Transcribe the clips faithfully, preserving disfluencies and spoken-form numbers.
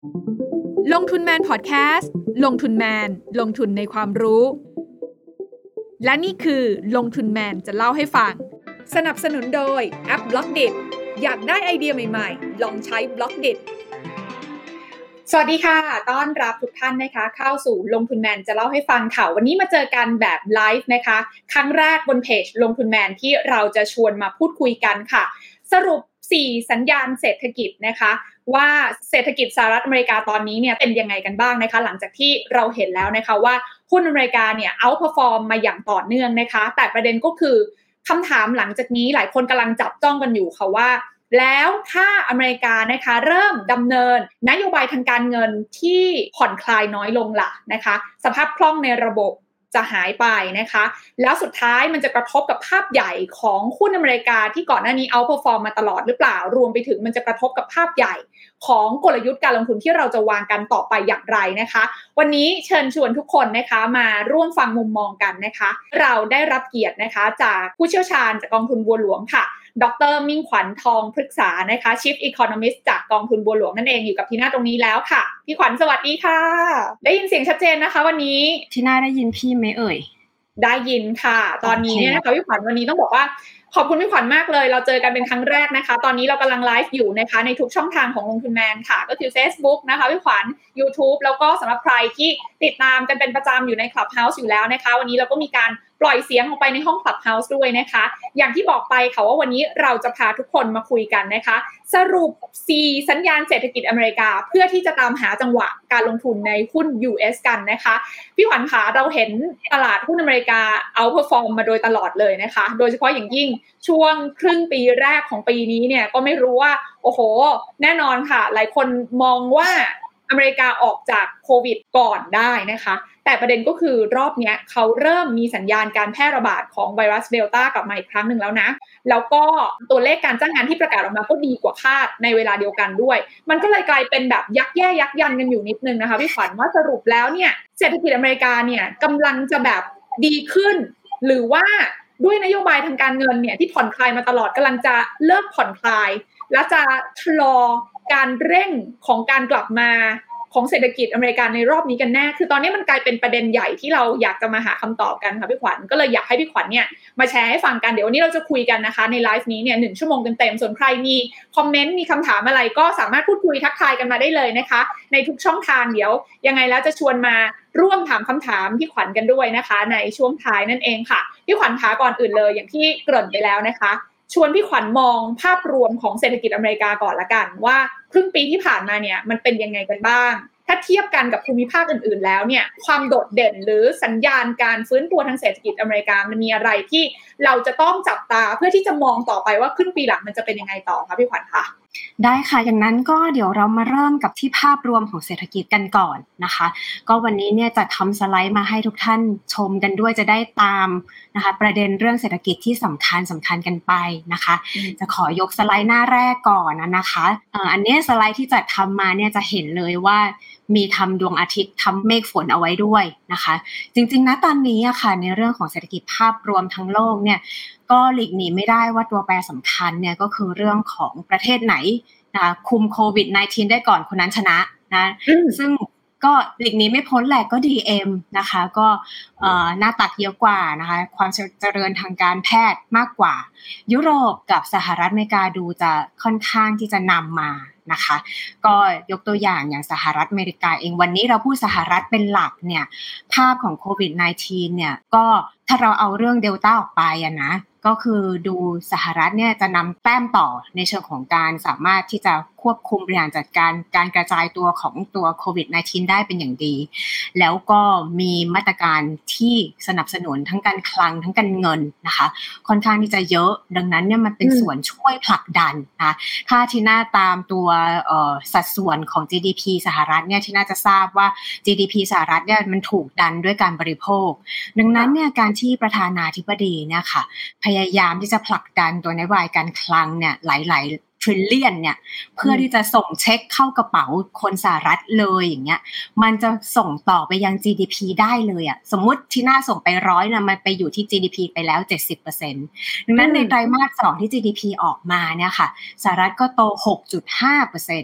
ลงทุนแมนพอดแคสต์ลงทุนแมนลงทุนในความรู้และนี่คือลงทุนแมนจะเล่าให้ฟังสนับสนุนโดยแอป บล็อกดิต อยากได้ไอเดียใหม่ๆลองใช้ บล็อกดิต สวัสดีค่ะต้อนรับทุกท่านนะคะเข้าสู่ลงทุนแมนจะเล่าให้ฟังค่ะวันนี้มาเจอกันแบบไลฟ์นะคะครั้งแรกบนเพจลงทุนแมนที่เราจะชวนมาพูดคุยกันค่ะสรุปสี่สัญญาณเศรษฐกิจนะคะว่าเศรษฐกิจสหรัฐอเมริกาตอนนี้เนี่ยเป็นยังไงกันบ้างนะคะหลังจากที่เราเห็นแล้วนะคะว่าหุ้นอเมริกาเนี่ยเอาท์เพอร์ฟอร์มมาอย่างต่อเนื่องนะคะแต่ประเด็นก็คือคำถามหลังจากนี้หลายคนกำลังจับจ้องกันอยู่ค่ะว่าแล้วถ้าอเมริกานะคะเริ่มดำเนินนโยบายทางการเงินที่ผ่อนคลายน้อยลงล่ะนะคะสภาพคล่องในระบบจะหายไปนะคะแล้วสุดท้ายมันจะกระทบกับภาพใหญ่ของหุ้นอเมริกาที่ก่อนหน้านี้เอาท์เพอร์ฟอร์มมาตลอดหรือเปล่ารวมไปถึงมันจะกระทบกับภาพใหญ่ของกลยุทธ์การลงทุนที่เราจะวางกันต่อไปอย่างไรนะคะวันนี้เชิญชวนทุกคนนะคะมาร่วมฟังมุมมองกันนะคะเราได้รับเกียรตินะคะจากผู้เชี่ยวชาญจากกองทุนบัวหลวงค่ะดร.มิ่งขวัญทองพฤกษานะคะ Chief Economist จากกองทุนบัวหลวงนั่นเองอยู่กับทีน่าตรงนี้แล้วค่ะพี่ขวัญสวัสดีค่ะได้ยินเสียงชัดเจนนะคะวันนี้ทีน่าได้ยินพี่ไหมเอ่ยได้ยินค่ะตอนนี้เนี่ยนะคะพี่ขวัญวันนี้ต้องบอกว่าขอบคุณพี่ขวัญมากเลยเราเจอกันเป็นครั้งแรกนะคะตอนนี้เรากำลังไลฟ์อยู่นะคะในทุกช่องทางของลงทุนแมนค่ะก็คือ Facebook นะคะพี่ขวัญ YouTube แล้วก็สำหรับใครที่ติดตามกันเป็นประจำอยู่ใน Clubhouse อยู่แล้วนะคะวันนี้เราก็มีการปล่อยเสียงออกไปในห้อง Clubhouse ด้วยนะคะอย่างที่บอกไปค่ะว่าวันนี้เราจะพาทุกคนมาคุยกันนะคะสรุปสี่สัญญาณเศรษฐกิจอเมริกาเพื่อที่จะตามหาจังหวะการลงทุนในหุ้น ยู เอส กันนะคะพี่ขวัญคะเราเห็นตลาดหุ้นอเมริกาเอาท์เพอร์ฟอร์มมาโดยตลอดเลยนะคะโดยเฉพาะอย่างยิ่งช่วงครึ่งปีแรกของปีนี้เนี่ยก็ไม่รู้ว่าโอ้โหแน่นอนค่ะหลายคนมองว่าอเมริกาออกจากโควิดก่อนได้นะคะแต่ประเด็นก็คือรอบนี้เขาเริ่มมีสัญญาณการแพร่ระบาดของไวรัสเดลต้ากลับมาอีกครั้งหนึ่งแล้วนะแล้วก็ตัวเลขการจ้างงานที่ประกาศออกมาก็ดีกว่าคาดในเวลาเดียวกันด้วยมันก็เลยกลายเป็นแบบยักแย่ยักยันกันอยู่นิดนึงนะคะพี่ขวัญว่าสรุปแล้วเนี่ยเศรษฐกิจอเมริกาเนี่ยกำลังจะแบบดีขึ้นหรือว่าด้วยนโยบายทางการเงินเนี่ยที่ผ่อนคลายมาตลอดกำลังจะเลิกผ่อนคลายและจะชะลอการเร่งของการกลับมาของเศรษฐกิจอเมริกาในรอบนี้กันแน่คือตอนนี้มันกลายเป็นประเด็นใหญ่ที่เราอยากจะมาหาคำตอบกันค่ะพี่ขวัญก็เลยอยากให้พี่ขวัญเนี่ยมาแชร์ให้ฟังกันเดี๋ยววันนี้เราจะคุยกันนะคะในไลฟ์นี้เนี่ยหนึ่งชั่วโมงเต็มๆส่วนใครมีคอมเมนต์มีคำถามอะไรก็สามารถพูดคุยทักทายกันมาได้เลยนะคะในทุกช่องทางเดี๋ยวยังไงแล้วจะชวนมาร่วมถามคำถามพี่ขวัญกันด้วยนะคะในช่วงท้ายนั่นเองค่ะพี่ขวัญคะก่อนอื่นเลยอย่างที่เกริ่นไปแล้วนะคะชวนพี่ขวัญมองภาพรวมของเศรษฐกิจอเมริกาก่อนละกันว่าครึ่งปีที่ผ่านมาเนี่ยมันเป็นยังไงกันบ้างถ้าเทียบกันกับภูมิภาคอื่นๆแล้วเนี่ยความโดดเด่นหรือสัญญาณการฟื้นตัวทางเศรษฐกิจอเมริกามันมีอะไรที่เราจะต้องจับตาเพื่อที่จะมองต่อไปว่าครึ่งปีหลังมันจะเป็นยังไงต่อคะพี่ขวัญคะได้ค่ะอย่างนั้นก็เดี๋ยวเรามาเริ่มกับที่ภาพรวมของเศรษฐกิจกันก่อนนะคะก็วันนี้เนี่ยจะทำสไลด์มาให้ทุกท่านชมกันด้วยจะได้ตามนะคะประเด็นเรื่องเศรษฐกิจที่สำคัญสำคัญกันไปนะคะจะขอยกสไลด์หน้าแรกก่อนนะคะเอ่ออันนี้สไลด์ที่จัดทำมาเนี่ยจะเห็นเลยว่ามีทำดวงอาทิตย์ทำเมฆฝนเอาไว้ด้วยนะคะจริงๆนะตอนนี้อะค่ะในเรื่องของเศรษฐกิจภาพรวมทั้งโลกเนี่ยก็หลีกหนีไม่ได้ว่าตัวแปรสำคัญเนี่ยก็คือเรื่องของประเทศไหนนะคะคุมโควิด สิบเก้า ได้ก่อนคนนั้นชนะนะซึ่งก็หลีกหนีไม่พ้นแหละก็ ดี เอ็ม นะคะก็เอ่อหน้าตักเยอะกว่านะคะความเจริญทางการแพทย์มากกว่ายุโรปกับสหรัฐอเมริกาดูจะค่อนข้างที่จะนำมานะคะก็ยกตัวอย่างอย่างสหรัฐอเมริกาเองวันนี้เราพูดสหรัฐเป็นหลักเนี่ยภาพของโควิด สิบเก้า เนี่ยก็ถ้าเราเอาเรื่องเดลต้าออกไปอะนะก็คือดูสหรัฐเนี่ยจะนำแต้มต่อในเชิงของการสามารถที่จะควบคุมบริหารจัดการการกระจายตัวของตัวโควิด สิบเก้า ได้เป็นอย่างดีแล้วก็มีมาตรการที่สนับสนุนทั้งการคลังทั้งการเงินนะคะค่อนข้างที่จะเยอะดังนั้นเนี่ยมันเป็นส่วนช่วยผลักดันนะถ้าที่หน้าตามตัวเอ่อสัดส่วนของ จี ดี พี สหรัฐเนี่ยที่น่าจะทราบว่า จี ดี พี สหรัฐเนี่ยมันถูกดันด้วยการบริโภคดังนั้นเนี่ยการที่ประธานาธิบดีเนี่ยค่ะพยายามที่จะผลักดันตัวนโยบายการคลังเนี่ยหลายๆ trillion เนี่ยเพื่อที่จะส่งเช็คเข้ากระเป๋าคนสหรัฐเลยอย่างเงี้ยมันจะส่งต่อไปยัง จี ดี พี ได้เลยอ่ะสมมุติที่น่าส่งไปหนึ่งร้อยนะมันไปอยู่ที่ จี ดี พี ไปแล้ว เจ็ดสิบเปอร์เซ็นต์ ดังนั้นในไตรมาสสองที่ จี ดี พี ออกมาเนี่ยค่ะสหรัฐก็โต หกจุดห้าเปอร์เซ็นต์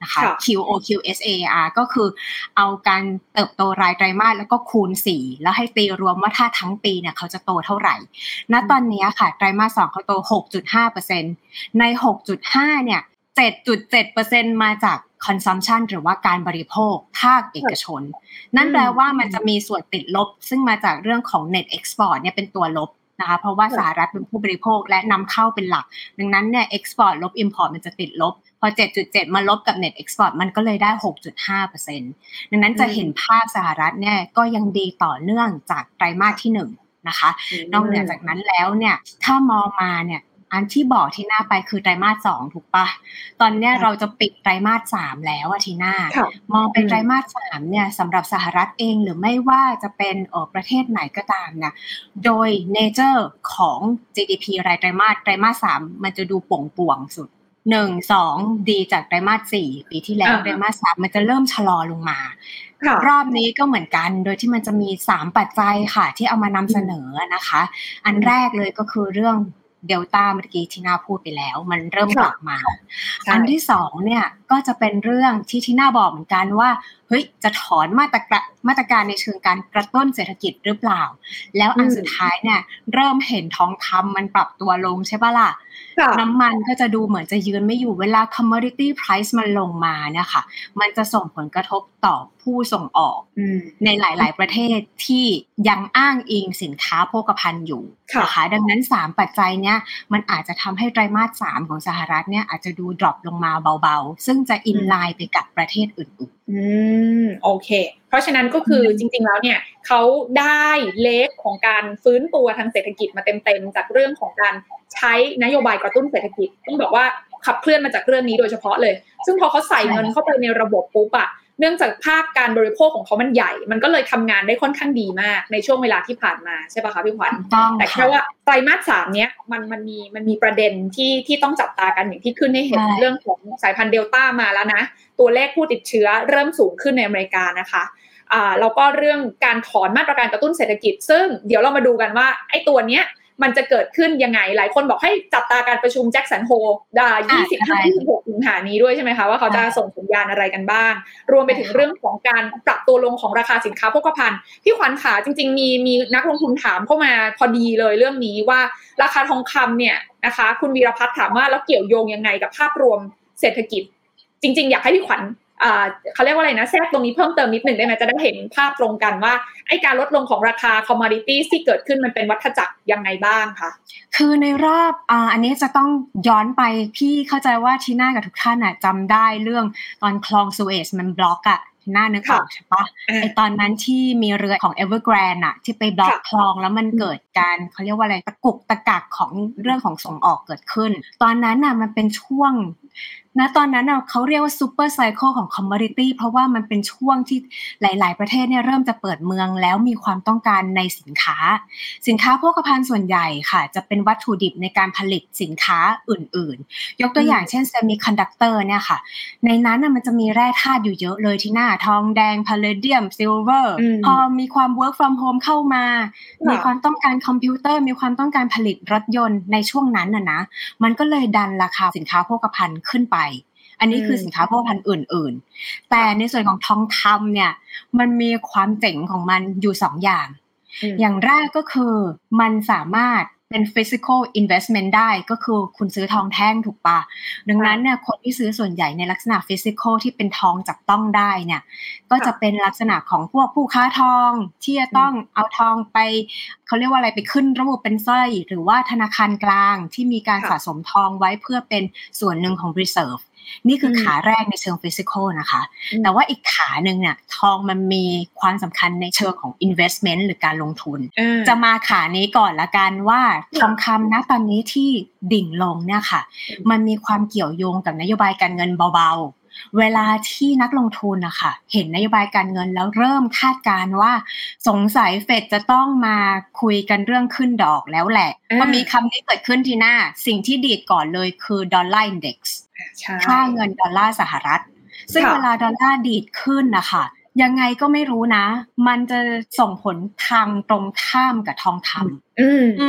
นะคะ Q O Q S A R ก็คือเอาการเติบโตรายไตรมาสแล้วก็คูณสี่แล้วให้ตีรวมว่าถ้าทั้งปีเนี่ยเขาจะโตเท่าไหร่ณตอนนี้ค่ะไตรมาสสองเขาโต หกจุดห้าเปอร์เซ็นต์ ใน หกจุดห้า เนี่ย เจ็ดจุดเจ็ดเปอร์เซ็นต์ มาจาก consumption หรือว่าการบริโภคภาคเอกชนนั่นแปลว่ามันจะมีส่วนติดลบซึ่งมาจากเรื่องของ net export เนี่ยเป็นตัวลบนะคะเพราะว่าสหรัฐเป็นผู้บริโภคและนำเข้าเป็นหลักดังนั้นเนี่ย export ลบ import มันจะติดลบพอ เจ็ดจุดเจ็ด มาลบกับ net export มันก็เลยได้ หกจุดห้าเปอร์เซ็นต์ ดังนั้นจะเห็นภาพสหรัฐเนี่ยก็ยังดีต่อเนื่องจากไตรมาสที่หนึ่งนะคะนอกเหนือจากนั้นแล้วเนี่ยถ้ามองมาเนี่ยอันที่บอกที่หน้าไปคือไตรมาสสองถูกปะตอนนี้เราจะปิดไตรมาสสามแล้วอะทีหน้ามองเป็นไตรมาสสามเนี่ยสำหรับสหรัฐเองหรือไม่ว่าจะเป็นเอ่อประเทศไหนก็ตามนะโดยเนเจอร์ของ จี ดี พี รายไตรมาสไตรมาสสามมันจะดูป่วงๆสุดหนึ่ง สองดีจากไตรมาสสี่ปีที่แล้วไตรมาสสามมันจะเริ่มชะลอลงมารอบนี้ก็เหมือนกันโดยที่มันจะมีสามปัจจัยค่ะที่เอามานำเสนอนะคะอันแรกเลยก็คือเรื่องเดลต้าเมื่อกี้ที่น่าพูดไปแล้วมันเริ่มกลับมาอันที่สองเนี่ยก็จะเป็นเรื่องที่ที่น่าบอกเหมือนกันว่าเฮ้ยจะถอนมาตรการมาตรการในเชิงการกระตุ้นเศรษฐกิจหรือเปล่าแล้วอันสุดท้ายเนี่ยเริ่มเห็นทองคำมันปรับตัวลงใช่ป่ะล่ะน้ำมันก็จะดูเหมือนจะยืนไม่อยู่เวลา commodity price มันลงมาเนี่ยค่ะมันจะส่งผลกระทบต่อผู้ส่งออกในหลายๆประเทศที่ยังอ้างอิงสินค้าโภคภัณฑ์อยู่นะคะดังนั้นสามปัจจัยเนี้ยมันอาจจะทำให้ไตรมาสสามของสหรัฐเนี่ยอาจจะดูดรอปลงมาเบาๆซึ่งจะอินไลน์ไปกับประเทศอื่นๆอืมโอเคเพราะฉะนั้นก็คือจริงๆแล้วเนี่ยเขาได้เลขของการฟื้นตัวทางเศรษฐกิจมาเต็มๆจากเรื่องของการใช้นโยบายกระตุ้นเศรษฐกิจต้องบอกว่าขับเคลื่อนมาจากเรื่องนี้โดยเฉพาะเลยซึ่งพอเขาใส่เงินเข้าไปในระบบปุ๊บอะเนื่องจากภาคการบริโภคของเขามันใหญ่มันก็เลยทำงานได้ค่อนข้างดีมากในช่วงเวลาที่ผ่านมาใช่ป่ะคะพี่ขวัญแต่แค่ว่าไตรมาสสามเนี้ยมันมันมีมันมีประเด็นที่ที่ต้องจับตากันอย่างที่ขึ้นให้เห็นเรื่องของสายพันธุ์เดลต้ามาแล้วนะตัวเลขผู้ติดเชื้อเริ่มสูงขึ้นในอเมริกานะคะอ่าแล้วก็เรื่องการถอนมาตรการกระตุ้นเศรษฐกิจซึ่งเดี๋ยวเรามาดูกันว่าไอ้ตัวเนี้ยมันจะเกิดขึ้นยังไงหลายคนบอกให้จับตาการประชุมแจ็คสันโฮด่ายี่สิบถึงยี่สิบหกสิงหานี้ด้วยใช่ไหมคะว่าเขาจะส่งสัญญาณอะไรกันบ้างรวมไปถึงเรื่องของการปรับตัวลงของราคาสินค้าโภคภัณฑ์พี่ขวัญขาจริงๆมีมีนักลงทุนถามเข้ามาพอดีเลยเรื่องนี้ว่าราคาทองคำเนี่ยนะคะคุณวีรพัฒน์ถามว่าแล้วเกี่ยวโยงยังไงกับภาพรวมเศรษฐกิจจริงๆอยากให้พี่ขวัญอ่าเขาเรียกว่าอะไรนะแทรกตรงนี้เพิ่มเติมนิดหนึ่งได้ไหมจะได้เห็นภาพตรงกันว่าไอ้การลดลงของราคา commodities ที่เกิดขึ้นมันเป็นวัฏจักรยังไงบ้างคะคือในรอบอ่าอันนี้จะต้องย้อนไปพี่เข้าใจว่าทีน่ากับทุกท่านน่ะจำได้เรื่องตอนคลองสุเอซมันบล็อกอะทีน่านึกออกใช่ปะไอ้ตอนนั้นที่มีเรือของ Evergrande อะที่ไปบล็อกคลองแล้วมันเกิดการเขาเรียกว่าอะไรตะกุกตะกักของเรื่องของส่งออกเกิดขึ้นตอนนั้นน่ะมันเป็นช่วงณตอนนั้นน่ะเขาเรียกว่าซูเปอร์ไซเคิลของคอมมอดิตี้เพราะว่ามันเป็นช่วงที่หลายๆประเทศเนี่ยเริ่มจะเปิดเมืองแล้วมีความต้องการในสินค้าสินค้าโภคภัณฑ์ส่วนใหญ่ค่ะจะเป็นวัตถุดิบในการผลิตสินค้าอื่นๆยกตัวอย่างเช่นเซมิคอนดักเตอร์เนี่ยค่ะในนั้นน่ะมันจะมีแร่ธาตุอยู่เยอะเลยที่หน้าทองแดงพาเลเดียมซิลเวอร์พอมีความ work from home เข้ามามีความต้องการคอมพิวเตอร์มีความต้องการผลิตรถยนต์ในช่วงนั้นน่ะนะมันก็เลยดันราคาสินค้าโภคภัณฑ์ขึ้นไปอันนี้คือสินค้าโภคภัณฑ์อื่นๆแต่ในส่วนของทองคำเนี่ยมันมีความเจ๋งของมันอยู่สองอย่างอย่างแรกก็คือมันสามารถเป็น physical investment ได้ก็คือคุณซื้อทองแท่งถูกปะดังนั้นเนี่ยคนที่ซื้อส่วนใหญ่ในลักษณะ physical ที่เป็นทองจับต้องได้เนี่ยก็จะเป็นลักษณะของพวกผู้ค้าทองที่จะต้องเอาทองไปเขาเรียกว่าอะไรไปขึ้นระบบเป็นสร้อยหรือว่าธนาคารกลางที่มีการสะสมทองไว้เพื่อเป็นส่วนหนึ่งของ reserveนี่คือขาแรกในเชิงฟิสิกอลนะคะแต่ว่าอีกขาหนึ่งเนี่ยทองมันมีความสำคัญในเชิงของ investment หรือการลงทุนจะมาขานี้ก่อนละกันว่าทองคำนะตอนนี้ที่ดิ่งลงเนี่ยค่ะมันมีความเกี่ยวโยงกับนโยบายการเงินเบาๆเวลาที่นักลงทุนนะคะเห็นนโยบายการเงินแล้วเริ่มคาดการณ์ว่าสงสัยเฟดจะต้องมาคุยกันเรื่องขึ้นดอกแล้วแหละพอมีคำนี้เกิดขึ้นทีหน้าสิ่งที่ดีดก่อนเลยคือดอลลาร์อินเด็กซ์ค่าเงินดอลลาร์สหรัฐซึ่งเวลาดอลลาร์ดีดขึ้นนะคะยังไงก็ไม่รู้นะมันจะส่งผลทางตรงข้ามกับทองคำอืม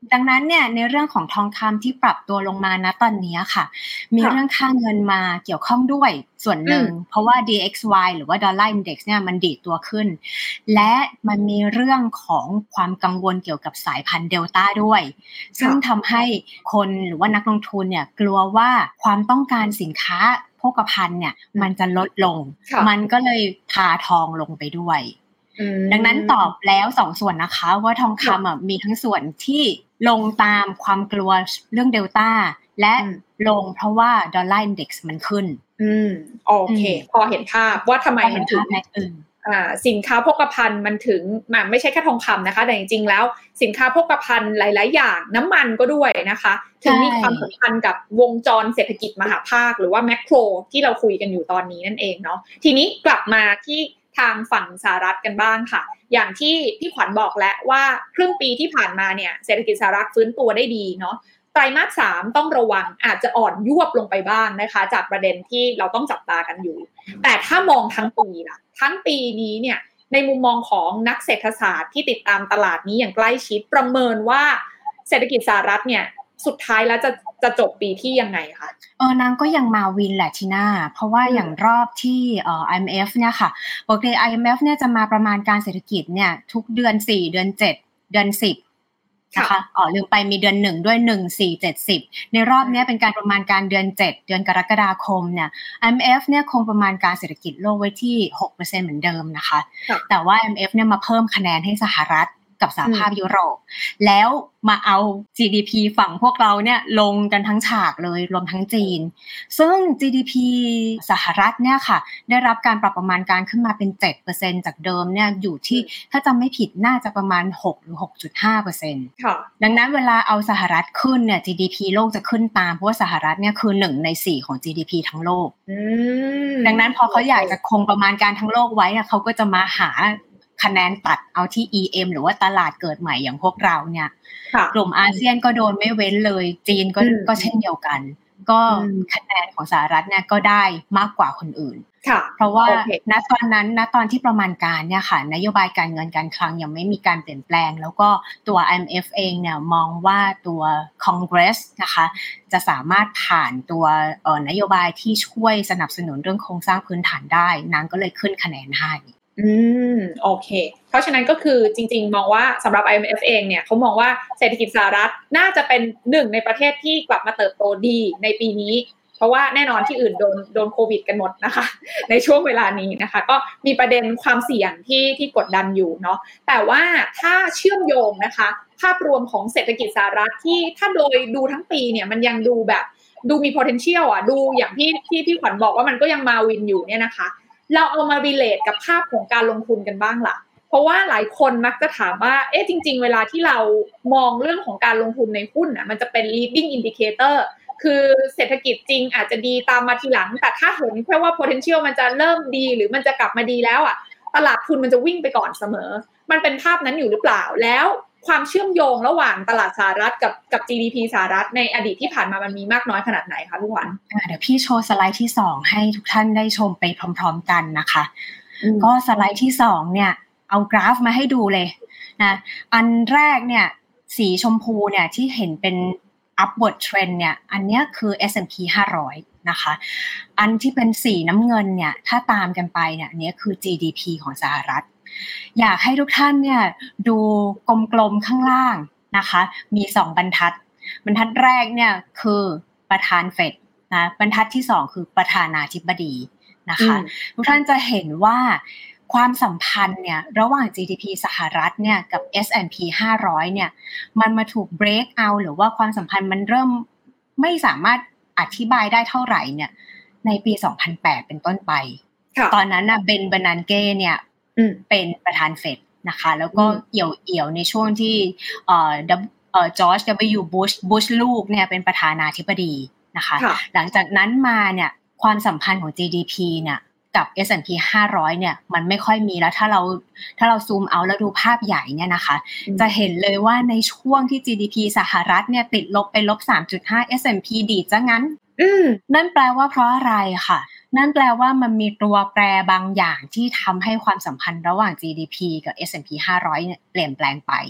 ดังนั้นเนี่ยในเรื่องของทองคำที่ปรับตัวลงมาณตอนนี้ค่ะมีเรื่องค่าเงินมาเกี่ยวข้องด้วยส่วนหนึ่งเพราะว่า ดี เอ็กซ์ วาย หรือว่า Dollar Index เนี่ยมันดีดตัวขึ้นและมันมีเรื่องของความกังวลเกี่ยวกับสายพันธุ์เดลต้าด้วยซึ่งทำให้คนหรือว่านักลงทุนเนี่ยกลัวว่าความต้องการสินค้าโภคภัณฑ์เนี่ยมันจะลดลงมันก็เลยพาทองลงไปด้วยดังนั้นตอบแล้วสองส่วนนะคะว่าทองคำอ่ะมีทั้งส่วนที่ลงตามความกลัวเรื่องเดลต้าและลงเพราะว่าดอลลาร์อินเด็กซ์มันขึ้นอืมโอเคพอเห็นภาพว่าทำไมมันถึงอ่าสินค้าโภคภัณฑ์มันถึงมันไม่ใช่แค่ทองคำนะคะแต่จริงๆแล้วสินค้าโภคภัณฑ์หลายๆอย่างน้ำมันก็ด้วยนะคะถึงมีความสำคัญกับวงจรเศรษฐกิจมหาภาคหรือว่าแมคโครที่เราคุยกันอยู่ตอนนี้นั่นเองเนาะทีนี้กลับมาที่ทางฝั่งสหรัฐกันบ้างค่ะอย่างที่พี่ขวัญบอกแล้วว่าครึ่งปีที่ผ่านมาเนี่ยเศรษฐกิจสหรัฐฟื้นตัวได้ดีเนาะไตรมาสสามต้องระวังอาจจะอ่อนยวบลงไปบ้างนะคะจากประเด็นที่เราต้องจับตากันอยู่แต่ถ้ามองทั้งปีล่ะทั้งปีนี้เนี่ยในมุมมองของนักเศรษฐศาสตร์ที่ติดตามตลาดนี้อย่างใกล้ชิดประเมินว่าเศรษฐกิจสหรัฐเนี่ยสุดท้ายแล้วจะจะจบปีที่ยังไงคะเออนางก็ยังมาวินแหละทีน่าเพราะว่าอย่างรอบที่เอ่อ ไอ เอ็ม เอฟ เนี่ยค่ะปกติ ไอ เอ็ม เอฟ เนี่ยจะมาประมาณการเศรษฐกิจเนี่ยทุกเดือนสี่เดือนเจ็ดเดือนสิบนะคะอ๋อลืมไปมีเดือนหนึ่งด้วยหนึ่ง สี่ เจ็ด สิบในรอบนี้เป็นการประมาณการเดือนเจ็ดเดือนกรกฎาคมเนี่ย ไอ เอ็ม เอฟ เนี่ยคงประมาณการเศรษฐกิจโลกไว้ที่ หกเปอร์เซ็นต์ เหมือนเดิมนะคะแต่ว่า ไอ เอ็ม เอฟ เนี่ยมาเพิ่มคะแนนให้สหรัฐกับสหภาพยุโรปแล้วมาเอา จี ดี พี ฝั่งพวกเราเนี่ยลงกันทั้งฉากเลยรวมทั้งจีนซึ่ง จี ดี พี สหรัฐเนี่ยค่ะได้รับการปรับประมาณการขึ้นมาเป็น เจ็ดเปอร์เซ็นต์ จากเดิมเนี่ยอยู่ที่ถ้าจำไม่ผิดน่าจะประมาณหกหรือ หกจุดห้าเปอร์เซ็นต์ ค่ะดังนั้นเวลาเอาสหรัฐขึ้นเนี่ย จี ดี พี โลกจะขึ้นตามเพราะว่าสหรัฐเนี่ยคือหนึ่งในสี่ของ จี ดี พี ทั้งโลกดังนั้นพอเขาอยากจะคงประมาณการทั้งโลกไว้อ่ะเขาก็จะมาหาคะแนนตัดเอาที่ อี เอ็ม หรือว่าตลาดเกิดใหม่อย่างพวกเราเนี่ยกลุ่มอาเซียนก็โดนไม่เว้นเลยจีนก็ก็เช่นเดียวกันก็คะแนนของสหรัฐเนี่ยก็ได้มากกว่าคนอื่นเพราะว่าณตอนนั้นณตอนที่ประมาณการเนี่ยค่ะนโยบายการเงินการคลังยังไม่มีการเปลี่ยนแปลงแล้วก็ตัว ไอ เอ็ม เอฟ เองเนี่ยมองว่าตัว Congress นะคะจะสามารถผ่านตัวเอ่อนโยบายที่ช่วยสนับสนุนเรื่องโครงสร้างพื้นฐานได้นางก็เลยขึ้นคะแนนให้อืมโอเคเพราะฉะนั้นก็คือจริงๆมองว่าสำหรับ ไอ เอ็ม เอฟ เองเนี่ยเขามองว่าเศรษฐกิจสหรัฐน่าจะเป็นหนึ่งในประเทศที่กลับมาเติบโตดีในปีนี้เพราะว่าแน่นอนที่อื่นโดนโดนโควิดกันหมดนะคะในช่วงเวลานี้นะคะก็มีประเด็นความเสี่ยงที่ที่กดดันอยู่เนาะแต่ว่าถ้าเชื่อมโยงนะคะภาพรวมของเศรษฐกิจสหรัฐที่ถ้าโดยดูทั้งปีเนี่ยมันยังดูแบบดูมี potential อ่ะดูอย่างที่ที่พี่ขวัญบอกว่ามันก็ยังมาวินอยู่เนี่ยนะคะเราเอามา relate กับภาพของการลงทุนกันบ้างล่ะเพราะว่าหลายคนมักจะถามว่าเอ๊ะจริงๆเวลาที่เรามองเรื่องของการลงทุนในหุ้นน่ะมันจะเป็น leading indicator คือเศรษฐกิจจริงอาจจะดีตามมาทีหลังแต่ถ้าเห็นแค่ว่า potential มันจะเริ่มดีหรือมันจะกลับมาดีแล้วอ่ะตลาดทุนมันจะวิ่งไปก่อนเสมอมันเป็นภาพนั้นอยู่หรือเปล่าแล้วความเชื่อมโยงระหว่างตลาดสหรัฐกับกับ จี ดี พี สหรัฐในอดีตที่ผ่านมามันมีมากน้อยขนาดไหนคะพี่ขวัญเดี๋ยวพี่โชว์สไลด์ที่สองให้ทุกท่านได้ชมไปพร้อมๆกันนะคะก็สไลด์ที่สองเนี่ยเอากราฟมาให้ดูเลยนะอันแรกเนี่ยสีชมพูเนี่ยที่เห็นเป็น upward trend เนี่ยอันเนี้ยคือ เอส แอนด์ พี ห้าร้อยนะคะอันที่เป็นสีน้ำเงินเนี่ยถ้าตามกันไปเนี่ยอันนี้คือ จี ดี พี ของสหรัฐอยากให้ทุกท่านเนี่ยดูกลมๆข้างล่างนะคะมีสองบรรทัดบรรทัดแรกเนี่ยคือประธานเฟดนะบรรทัดที่สองคือประธานาธิบดีนะคะทุกท่านจะเห็นว่าความสัมพันธ์เนี่ยระหว่าง จี ดี พี สหรัฐเนี่ยกับ เอส แอนด์ พี ห้าร้อยเนี่ยมันมาถูก break out หรือว่าความสัมพันธ์มันเริ่มไม่สามารถอธิบายได้เท่าไหร่เนี่ยในปีสองพันแปดเป็นต้นไปตอนนั้นน่ะเบน เบอร์นันเก้เนี่ยเป็นประธานเฟดนะคะแล้วก็เอี่ยวเอี่ยวในช่วงที่เอ่อเอ่อจอร์จ ดับเบิลยู บุชบุชลูกเนี่ยเป็นประธานาธิบดีนะคะหลังจากนั้นมาเนี่ยความสัมพันธ์ของ จี ดี พี เนี่ยกับ เอส แอนด์ พี ห้าร้อยเนี่ยมันไม่ค่อยมีแล้วถ้าเราถ้าเราซูมเอาแล้วดูภาพใหญ่เนี่ยนะคะจะเห็นเลยว่าในช่วงที่ จี ดี พี สหรัฐเนี่ยติดลบไปลบ สามจุดห้า เอส แอนด์ พี ดีดซะงั้นนั่นแปลว่าเพราะอะไรค่ะนั่นแปลว่ามันมีตัวแปรบางอย่างที่ทำให้ความสัมพันธ์ระหว่าง จี ดี พี กับ เอส แอนด์ พี ห้าร้อยเนี่ยเปลี่ยนแปลงไป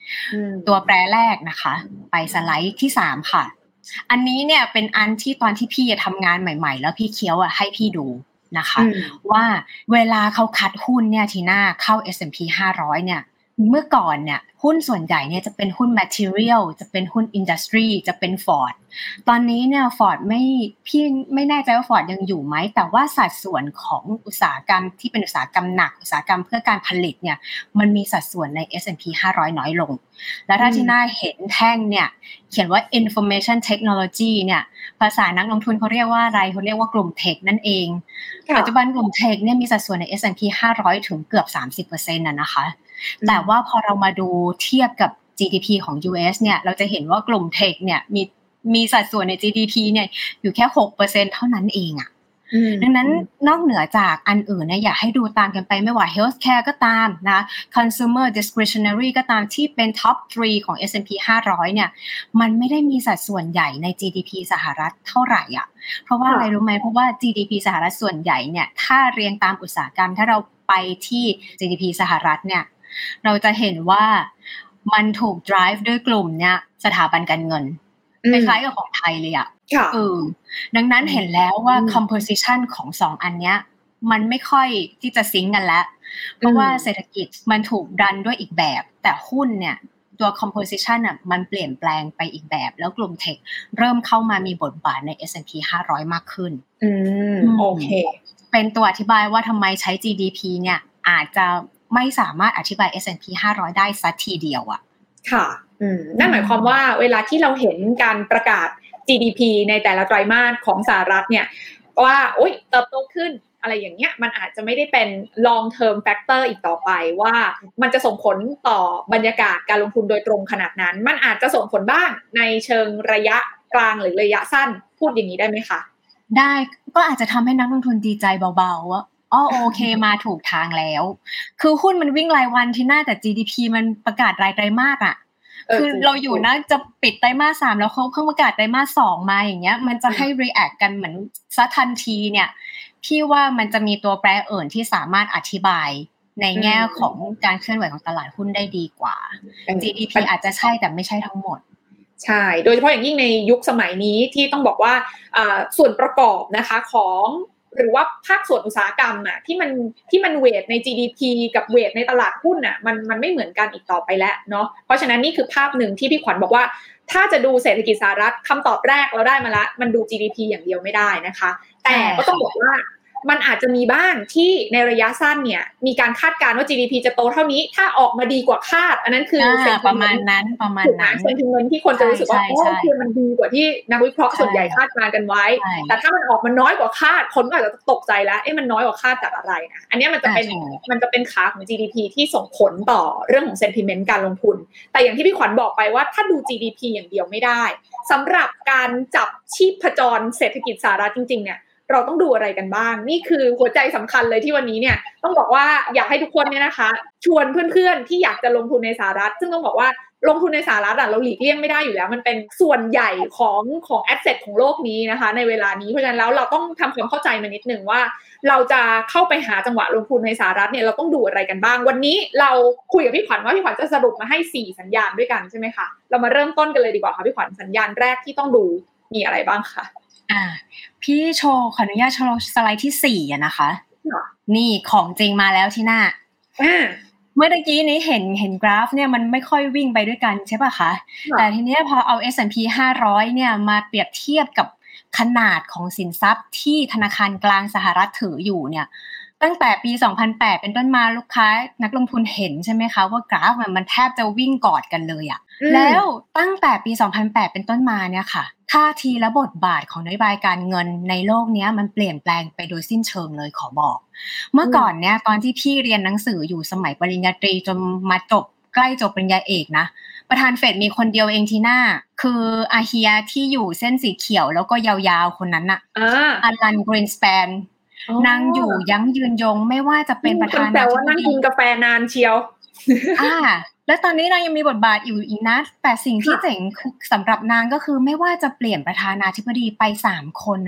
ตัวแปรแรกนะคะไปสไลด์ที่สามค่ะอันนี้เนี่ยเป็นอันที่ตอนที่พี่ทำงานใหม่ๆแล้วพี่เคี้ยวอ่ะให้พี่ดูนะคะว่าเวลาเขาคัดหุ้นเนี่ยทีหน้าเข้า เอส แอนด์ พี ห้าร้อยเนี่ยเมื่อก่อนเนี่ยหุ้นส่วนใหญ่เนี่ยจะเป็นหุ้น material จะเป็นหุ้น industry จะเป็น Ford ตอนนี้เนี่ย Ford ไม่พี่ไม่แน่ใจว่า Ford ยังอยู่ไหมแต่ว่าสัดส่วนของอุตสาหกรรมที่เป็นอุตสาหกรรมหนักอุตสาหกรรมเพื่อการผลิตเนี่ยมันมีสัดส่วนใน เอส แอนด์ พี ห้าร้อยน้อยลงแล้วถ้าที่หน้าเห็นแท่งเนี่ยเขียนว่า information technology เนี่ยภาษานักลงทุนเขาเรียกว่าอะไรเขาเรียกว่ากลุ่มเทคนั่นเองปัจจุบันกลุ่มเทคเนี่ยมีสัดส่วนใน เอส แอนด์ พี ห้าร้อยถึงเกือบ สามสิบเปอร์เซ็นต์ น่ะนะคะแต่ว่าพอเรามาดูเทียบกับ จี ดี พี ของ ยู เอส เนี่ยเราจะเห็นว่ากลุ่มเทคเนี่ยมีมีสัดส่วนใน จี ดี พี เนี่ยอยู่แค่ หกเปอร์เซ็นต์ เท่านั้นเองอ่ะดังนั้นนอกเหนือจากอันอื่นเนี่ยอยากให้ดูตามกันไปไม่ว่า healthcare ก็ตามนะ consumer discretionary ก็ตามที่เป็น top สามของ เอส แอนด์ พี ห้าร้อยเนี่ยมันไม่ได้มีสัดส่วนใหญ่ใน จี ดี พี สหรัฐเท่าไหร่อ่ะเพราะว่าอะไรรู้ไหมเพราะว่า จี ดี พี สหรัฐส่วนใหญ่เนี่ยถ้าเรียงตามอุตสาหกรรมถ้าเราไปที่ จี ดี พี สหรัฐเนี่ยเราจะเห็นว่ามันถูก drive ด้วยกลุ่มเนี่ยสถาบันการเงินคล้ายๆกับของไทยเลยอ่ะเออดังนั้นเห็นแล้วว่า composition ของสองอันเนี้ยมันไม่ค่อยที่จะซิงค์กันแล้วเพราะว่าเศรษฐกิจมันถูกดันด้วยอีกแบบแต่หุ้นเนี่ยตัว composition อ่ะมันเปลี่ยนแปลงไปอีกแบบแล้วกลุ่มเทคเริ่มเข้ามามีบทบาทใน เอส แอนด์ พี ห้าร้อยมากขึ้นอืมโอเคเป็นตัวอธิบายว่าทำไมใช้ จี ดี พี เนี่ยอาจจะไม่สามารถอธิบาย เอส แอนด์ พี ห้าร้อยได้สักทีเดียวอ่ะค่ะอืมนั่นหมายความว่าเวลาที่เราเห็นการประกาศ จี ดี พี ในแต่ละไตรมาสของสหรัฐเนี่ยว่าโอ๊ยเติบโตขึ้นอะไรอย่างเงี้ยมันอาจจะไม่ได้เป็น long term factor อีกต่อไปว่ามันจะส่งผลต่อบรรยากาศการลงทุนโดยตรงขนาดนั้นมันอาจจะส่งผลบ้างในเชิงระยะกลางหรือระยะสั้นพูดอย่างนี้ได้ไหมคะได้ก็อาจจะทำให้นักลงทุนดีใจเบาๆว่าอ๋อโอเคมาถูกทางแล้วคือหุ้นมันวิ่งรายวันที่หน้าแต่ จี ดี พี มันประกาศรายไตรมาสอ่ะคือเราอยู่นะจะปิดไตรมาสสามแล้วเขาเพิ่งประกาศไตรมาสสองมาอย่างเงี้ยมันจะให้ react กันเหมือนซะทันทีเนี่ยพี่ว่ามันจะมีตัวแปรอื่นที่สามารถอธิบายในแง่ของการเคลื่อนไหวของตลาดหุ้นได้ดีกว่า จี ดี พี อาจจะใช่แต่ไม่ใช่ทั้งหมดใช่โดยเฉพาะอย่างยิ่งในยุคสมัยนี้ที่ต้องบอกว่าส่วนประกอบนะคะของหรือว่าภาคส่วนอุตสาหกรรมน่ะที่มันที่มันเวทใน จี ดี พี กับเวทในตลาดหุ้นน่ะมันมันไม่เหมือนกันอีกต่อไปแล้วเนาะเพราะฉะนั้นนี่คือภาพหนึ่งที่พี่ขวัญบอกว่าถ้าจะดูเศรษฐกิจสหรัฐคำตอบแรกเราได้มาละมันดู จี ดี พี อย่างเดียวไม่ได้นะคะแต่ก็ต้องบอกว่ามันอาจจะมีบ้างที่ในระยะสั้นเนี่ยมีการคาดการณ์ว่า จี ดี พี จะโตเท่านี้ถ้าออกมาดีกว่าคาดอันนั้นคือประมาณนั้นประมาณนั้นเซนติเมนต์ที่คนจะรู้สึกว่าโอ้คือมันดีกว่าที่นักวิเคราะห์ส่วนใหญ่คาดการณ์กันไว้แต่ถ้ามันออกมาน้อยกว่าคาดคนก็อาจจะตกใจแล้วเอ๊ะมันน้อยกว่าคาดจากอะไรนะอันนี้มันจะเป็นมันจะเป็นขาของ จี ดี พี ที่ส่งผลต่อเรื่องของเซนติเมนต์การลงทุนแต่อย่างที่พี่ขวัญบอกไปว่าถ้าดู จี ดี พี อย่างเดียวไม่ได้สำหรับการจับชีพจรเศรษฐกิจสหรัฐจริงๆเนี่ยเราต้องดูอะไรกันบ้างนี่คือหัวใจสำคัญเลยที่วันนี้เนี่ยต้องบอกว่าอยากให้ทุกคนเนี่ยนะคะชวนเพื่อนๆที่อยากจะลงทุนในสหรัฐซึ่งต้องบอกว่าลงทุนในสหรัฐอ่ะเราหลีกเลี่ยงไม่ได้อยู่แล้วมันเป็นส่วนใหญ่ของของแอสเซทของโลกนี้นะคะในเวลานี้เพราะฉะนั้นแล้วเราต้องทำความเข้าใจมานิดนึงว่าเราจะเข้าไปหาจังหวะลงทุนในสหรัฐเนี่ยเราต้องดูอะไรกันบ้างวันนี้เราคุยกับพี่ขวัญว่าพี่ขวัญจะสรุปมาให้สี่สัญญาณด้วยกันใช่ไหมคะเรามาเริ่มต้นกันเลยดีกว่าค่ะพี่ขวัญสัญญาณแรกที่ต้องดูมีอะไรบ้างคะอ่าพี่โชว์ขออนุญาตโชว์สไลด์ที่สี่อ่ะนะคะนี่ของจริงมาแล้วที่หน้าเมื่อกี้นี้เห็นเห็นกราฟเนี่ยมันไม่ค่อยวิ่งไปด้วยกันใช่ป่ะคะแต่ทีนี้พอเอา เอส แอนด์ พี ห้าร้อยเนี่ยมาเปรียบเทียบกับขนาดของสินทรัพย์ที่ธนาคารกลางสหรัฐถืออยู่เนี่ยตั้งแต่ปีสองพันแปดเป็นต้นมาลูกค้านักลงทุนเห็นใช่ไหมคะว่ากราฟมันแทบจะวิ่งกอดกันเลยอะแล้วตั้งแต่ปีสองพันแปดเป็นต้นมาเนี่ยค่ะท่าทีและบทบาทของนโยบายการเงินในโลกนี้มันเปลี่ยนแปลงไปโดยสิ้นเชิงเลยขอบอกเมื่อก่อนเนี่ยตอนที่พี่เรียนหนังสืออยู่สมัยปริญญาตรีจนมาจบใกล้จบปริญญาเอกนะประธานเฟดมีคนเดียวเองที่หน้าคืออาเฮียที่อยู่เส้นสีเขียวแล้วก็ยาวๆคนนั้นน่ะอลันกรีนสแปนนางอยู่ยั้งยืนยงไม่ว่าจะเป็นประธานาธิบดีแต่ว่านั่งกินกาแฟนานเชียวอ่าแล้วตอนนี้นางยังมีบทบาทอยู่อีกนะแต่สิ่งที่เจ๋งสำหรับนางก็คือไม่ว่าจะเปลี่ยนประธานาธิบดีไปสามคนน่ะ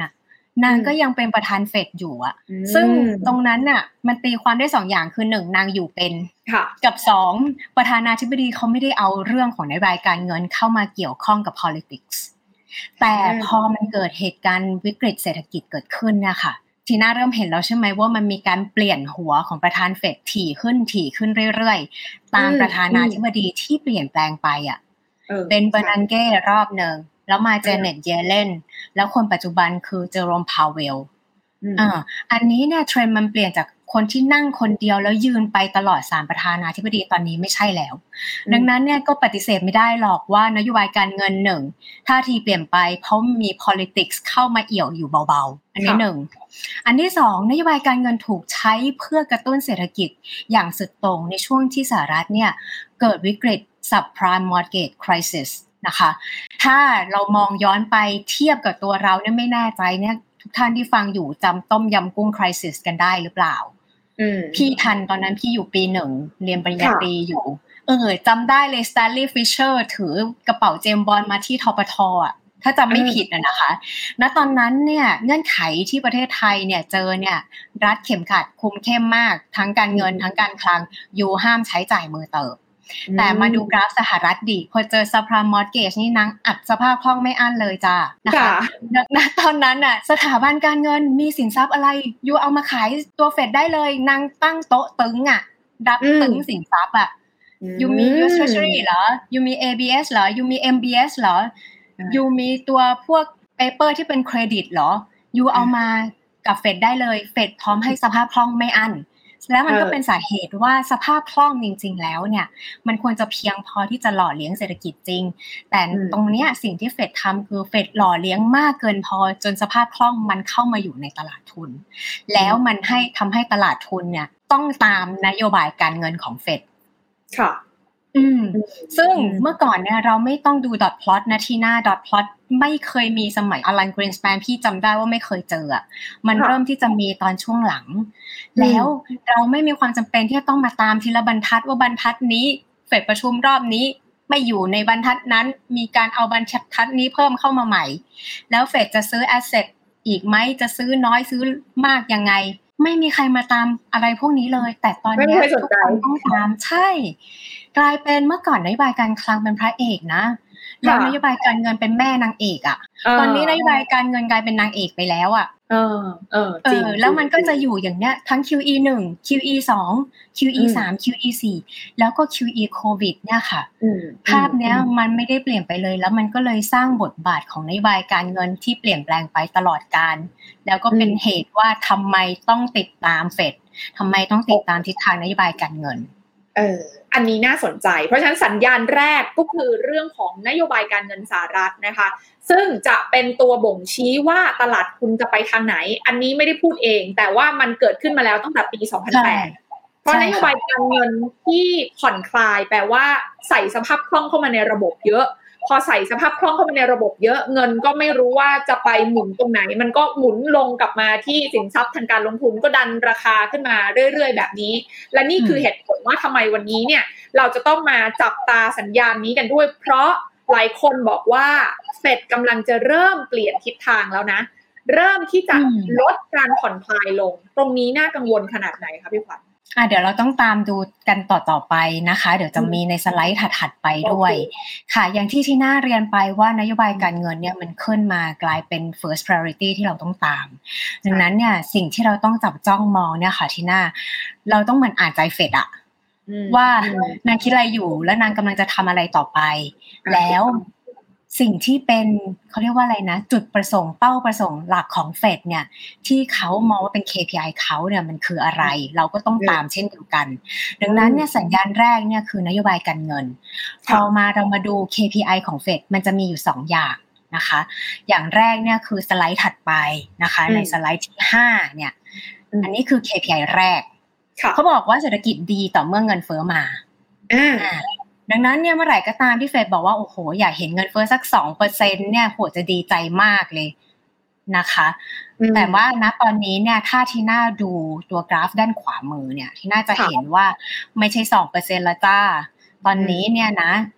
นางก็ยังเป็นประธานเฟดอยู่อ่ะซึ่งตรงนั้นน่ะมันตีความได้สองอย่างคือหนึ่งนางอยู่เป็นกับสองประธานาธิบดีเขาไม่ได้เอาเรื่องของนโยบายการเงินเข้ามาเกี่ยวข้องกับ politics แต่พอมันเกิดเหตุการณ์วิกฤตเศรษฐกิจเกิดขึ้นเนี่ยค่ะทีน่าเริ่มเห็นแล้วใช่ไหมว่ามันมีการเปลี่ยนหัวของประธานเฟดถี่ขึ้นถี่ขึ้นเรื่อยๆตามประธานาธิบดีที่เปลี่ยนแปลงไปอ่ะเป็นเบอร์นันเก้รอบนึงแล้วมาเจเน็ตเยเลนแล้วคนปัจจุบันคือเจอโรมพาวเวลอ่าอันนี้เนี่ยเทรนด์มันเปลี่ยนจากคนที่นั่งคนเดียวแล้วยืนไปตลอดสามประธานาธิบดีตอนนี้ไม่ใช่แล้วดังนั้นเนี่ยก็ปฏิเสธไม่ได้หรอกว่านโยบายการเงินหนึ่งท่าทีเปลี่ยนไปเพราะมี politics เข้ามาเอี่ยวอยู่เบาๆอันนี้หนึ่งอันที่สองนโยบายการเงินถูกใช้เพื่อกระตุ้นเศรษฐกิจอย่างสุดโต่งในช่วงที่สหรัฐเนี่ยเกิดวิกฤต subprime mortgage crisis นะคะถ้าเรามองย้อนไปเทียบกับตัวเราเนี่ยไม่แน่ใจเนี่ยทุกท่านที่ฟังอยู่จำต้มยำกุ้ง crisis กันได้หรือเปล่าพี่ทันตอนนั้นพี่อยู่ปีหนึ่งเรียนปริญญาตรีอยู่เออจำได้เลย Stanley Fischer ถือกระเป๋าเจมส์บอนด์มาที่ทปทอ่ะถ้าจำไม่ผิดนะนะคะณตอนนั้นเนี่ยเงื่อนไขที่ประเทศไทยเนี่ยเจอเนี่ยรัฐเข็มขัดคุมเข้มมากทั้งการเงินทั้งการคลังอยู่ห้ามใช้จ่ายมือเติบแต่มาดูกราฟสหรัฐดิพอเจอซับไพรม์มอร์เกจนี่นางอัดสภาพคล่องไม่อั้นเลยจ้านะคะณตอนนั้นน่ะสถาบันการเงินมีสินทรัพย์อะไรยูเอามาขายตัวเฟดได้เลยนางตั้งโต๊ะตึงอ่ะรับตึงสินทรัพย์อ่ะยูมี ยู เอส Treasury เหรอยูมี เอ บี เอส เหรอยูมี เอ็ม บี เอส เหรอยูมีตัวพวกเปเปอร์ที่เป็นเครดิตเหรอยูเอามากับเฟดได้เลยเฟดพร้อมให้สภาพคล่องไม่อั้นแล้วมันก็เป็นสาเหตุว่าสภาพคล่องจริงๆแล้วเนี่ยมันควรจะเพียงพอที่จะหล่อเลี้ยงเศรษฐกิจจริงแต่ตรงเนี้ยสิ่งที่เฟดทำคือเฟดหล่อเลี้ยงมากเกินพอจนสภาพคล่องมันเข้ามาอยู่ในตลาดทุนแล้วมันให้ทำให้ตลาดทุนเนี่ยต้องตามนโยบายการเงินของเฟดค่ะอืมซึ่งเมื่อก่อนเนี่ยเราไม่ต้องดูดอทพลอตนะที่หน้าดอทพลอตไม่เคยมีสมัยอลันกรีนสแปนพี่จำได้ว่าไม่เคยเจออ่ะมันเริ่มที่จะมีตอนช่วงหลังแล้วเราไม่มีความจำเป็นที่จะต้องมาตามทีละบรรทัดว่าบรรทัดนี้เฟดประชุมรอบนี้ไม่อยู่ในบรรทัดนั้นมีการเอาบรรทัดนี้เพิ่มเข้ามาใหม่แล้วเฟดจะซื้อแอสเซทอีกไหมจะซื้อน้อยซื้อมากยังไงไม่มีใครมาตามอะไรพวกนี้เลยแต่ตอนนี้ทุกคนต้องตามใช่กลายเป็นเมื่อก่อนนโยบายการคลังเป็นพระเอกนะแล้วนโยบายการเงินเป็นแม่นางเอกอ่ะตอนนี้นโยบายการเงินกลายเป็นนางเอกไปแล้วอ่ะเออเออจริงแล้วมันก็จะอยู่อย่างเนี้ยทั้ง คิว อี หนึ่ง คิว อี สอง คิว อี สาม คิว อี สี่แล้วก็ คิว อี โควิดเนี่ยค่ะภาพเนี้ยมันไม่ได้เปลี่ยนไปเลยแล้วมันก็เลยสร้างบทบาทของนโยบายการเงินที่เปลี่ยนแปลงไปตลอดกาลแล้วก็เป็นเหตุว่าทำไมต้องติดตามเฟดทำไมต้องติดตามทิศทางนโยบายการเงินเอออันนี้น่าสนใจเพราะฉะนั้นสัญญาณแรกก็คือเรื่องของนโยบายการเงินสหรัฐนะคะซึ่งจะเป็นตัวบ่งชี้ว่าตลาดทุนจะไปทางไหนอันนี้ไม่ได้พูดเองแต่ว่ามันเกิดขึ้นมาแล้วตั้งแต่ปีสองพันแปดเพราะนโยบายการเงินที่ผ่อนคลายแปลว่าใส่สภาพคล่องเข้ามาในระบบเยอะพอใส่สภาพคล่องเข้ามาในระบบเยอะเงินก็ไม่รู้ว่าจะไปหมุนตรงไหนมันก็หมุนลงกลับมาที่สินทรัพย์ทางการลงทุนก็ดันราคาขึ้นมาเรื่อยๆแบบนี้และนี่คือเหตุผลว่าทำไมวันนี้เนี่ยเราจะต้องมาจับตาสัญญาณนี้กันด้วยเพราะหลายคนบอกว่าเฟดกำลังจะเริ่มเปลี่ยนทิศทางแล้วนะเริ่มที่จะลดการผ่อนคลายลงตรงนี้น่ากังวลขนาดไหนคะพี่ขวัญอ่ะเดี๋ยวเราต้องตามดูกันต่อๆไปนะคะเดี๋ยวจะมีในสไลด์ถัดๆไปด้วยค่ะอย่างที่ที่น่าเรียนไปว่านโยบายการเงินเนี่ยมันขึ้นมากลายเป็น first priority ที่เราต้องตามดังนั้นเนี่ยสิ่งที่เราต้องจับจ้องมองเนี่ยค่ะที่น่าเราต้องเหมือนอ่านใจเฟดอะว่านางคิดอะไรอยู่และนางกำลังจะทำอะไรต่อไปแล้วสิ่งที่เป็นเขาเรียกว่าอะไรนะจุดประสงค์เป้าประสงค์หลักของเฟดเนี่ยที่เขามองว่าเป็น เค พี ไอ เขาเนี่ยมันคืออะไรเราก็ต้องตามเช่นเดียวกันดังนั้นเนี่ยสัญญาณแรกเนี่ยคือนโยบายการเงินพอมาเรามาดู เค พี ไอ ของเฟดมันจะมีอยู่สองอย่างนะคะอย่างแรกเนี่ยคือสไลด์ถัดไปนะคะในสไลด์ที่ห้าเนี่ยอันนี้คือ เค พี ไอ แรกเขาบอกว่าเศรษฐกิจดีต่อเมื่อเงินเฟ้อมาดังนั้นเนี่ยเมื่อไหร่ก็ตามที่เฟดบอกว่าโอ้โหอยากเห็นเงินเฟ้อสัก สองเปอร์เซ็นต์ เนี่ยโหจะดีใจมากเลยนะคะแต่ว่าณตอนนี้เนี่ยถ้าที่น่าดูตัวกราฟด้านขวามือเนี่ยที่น่าจะเห็นว่าไม่ใช่ สองเปอร์เซ็นต์ แล้วจ้าตอนนี้เนี่ยนะ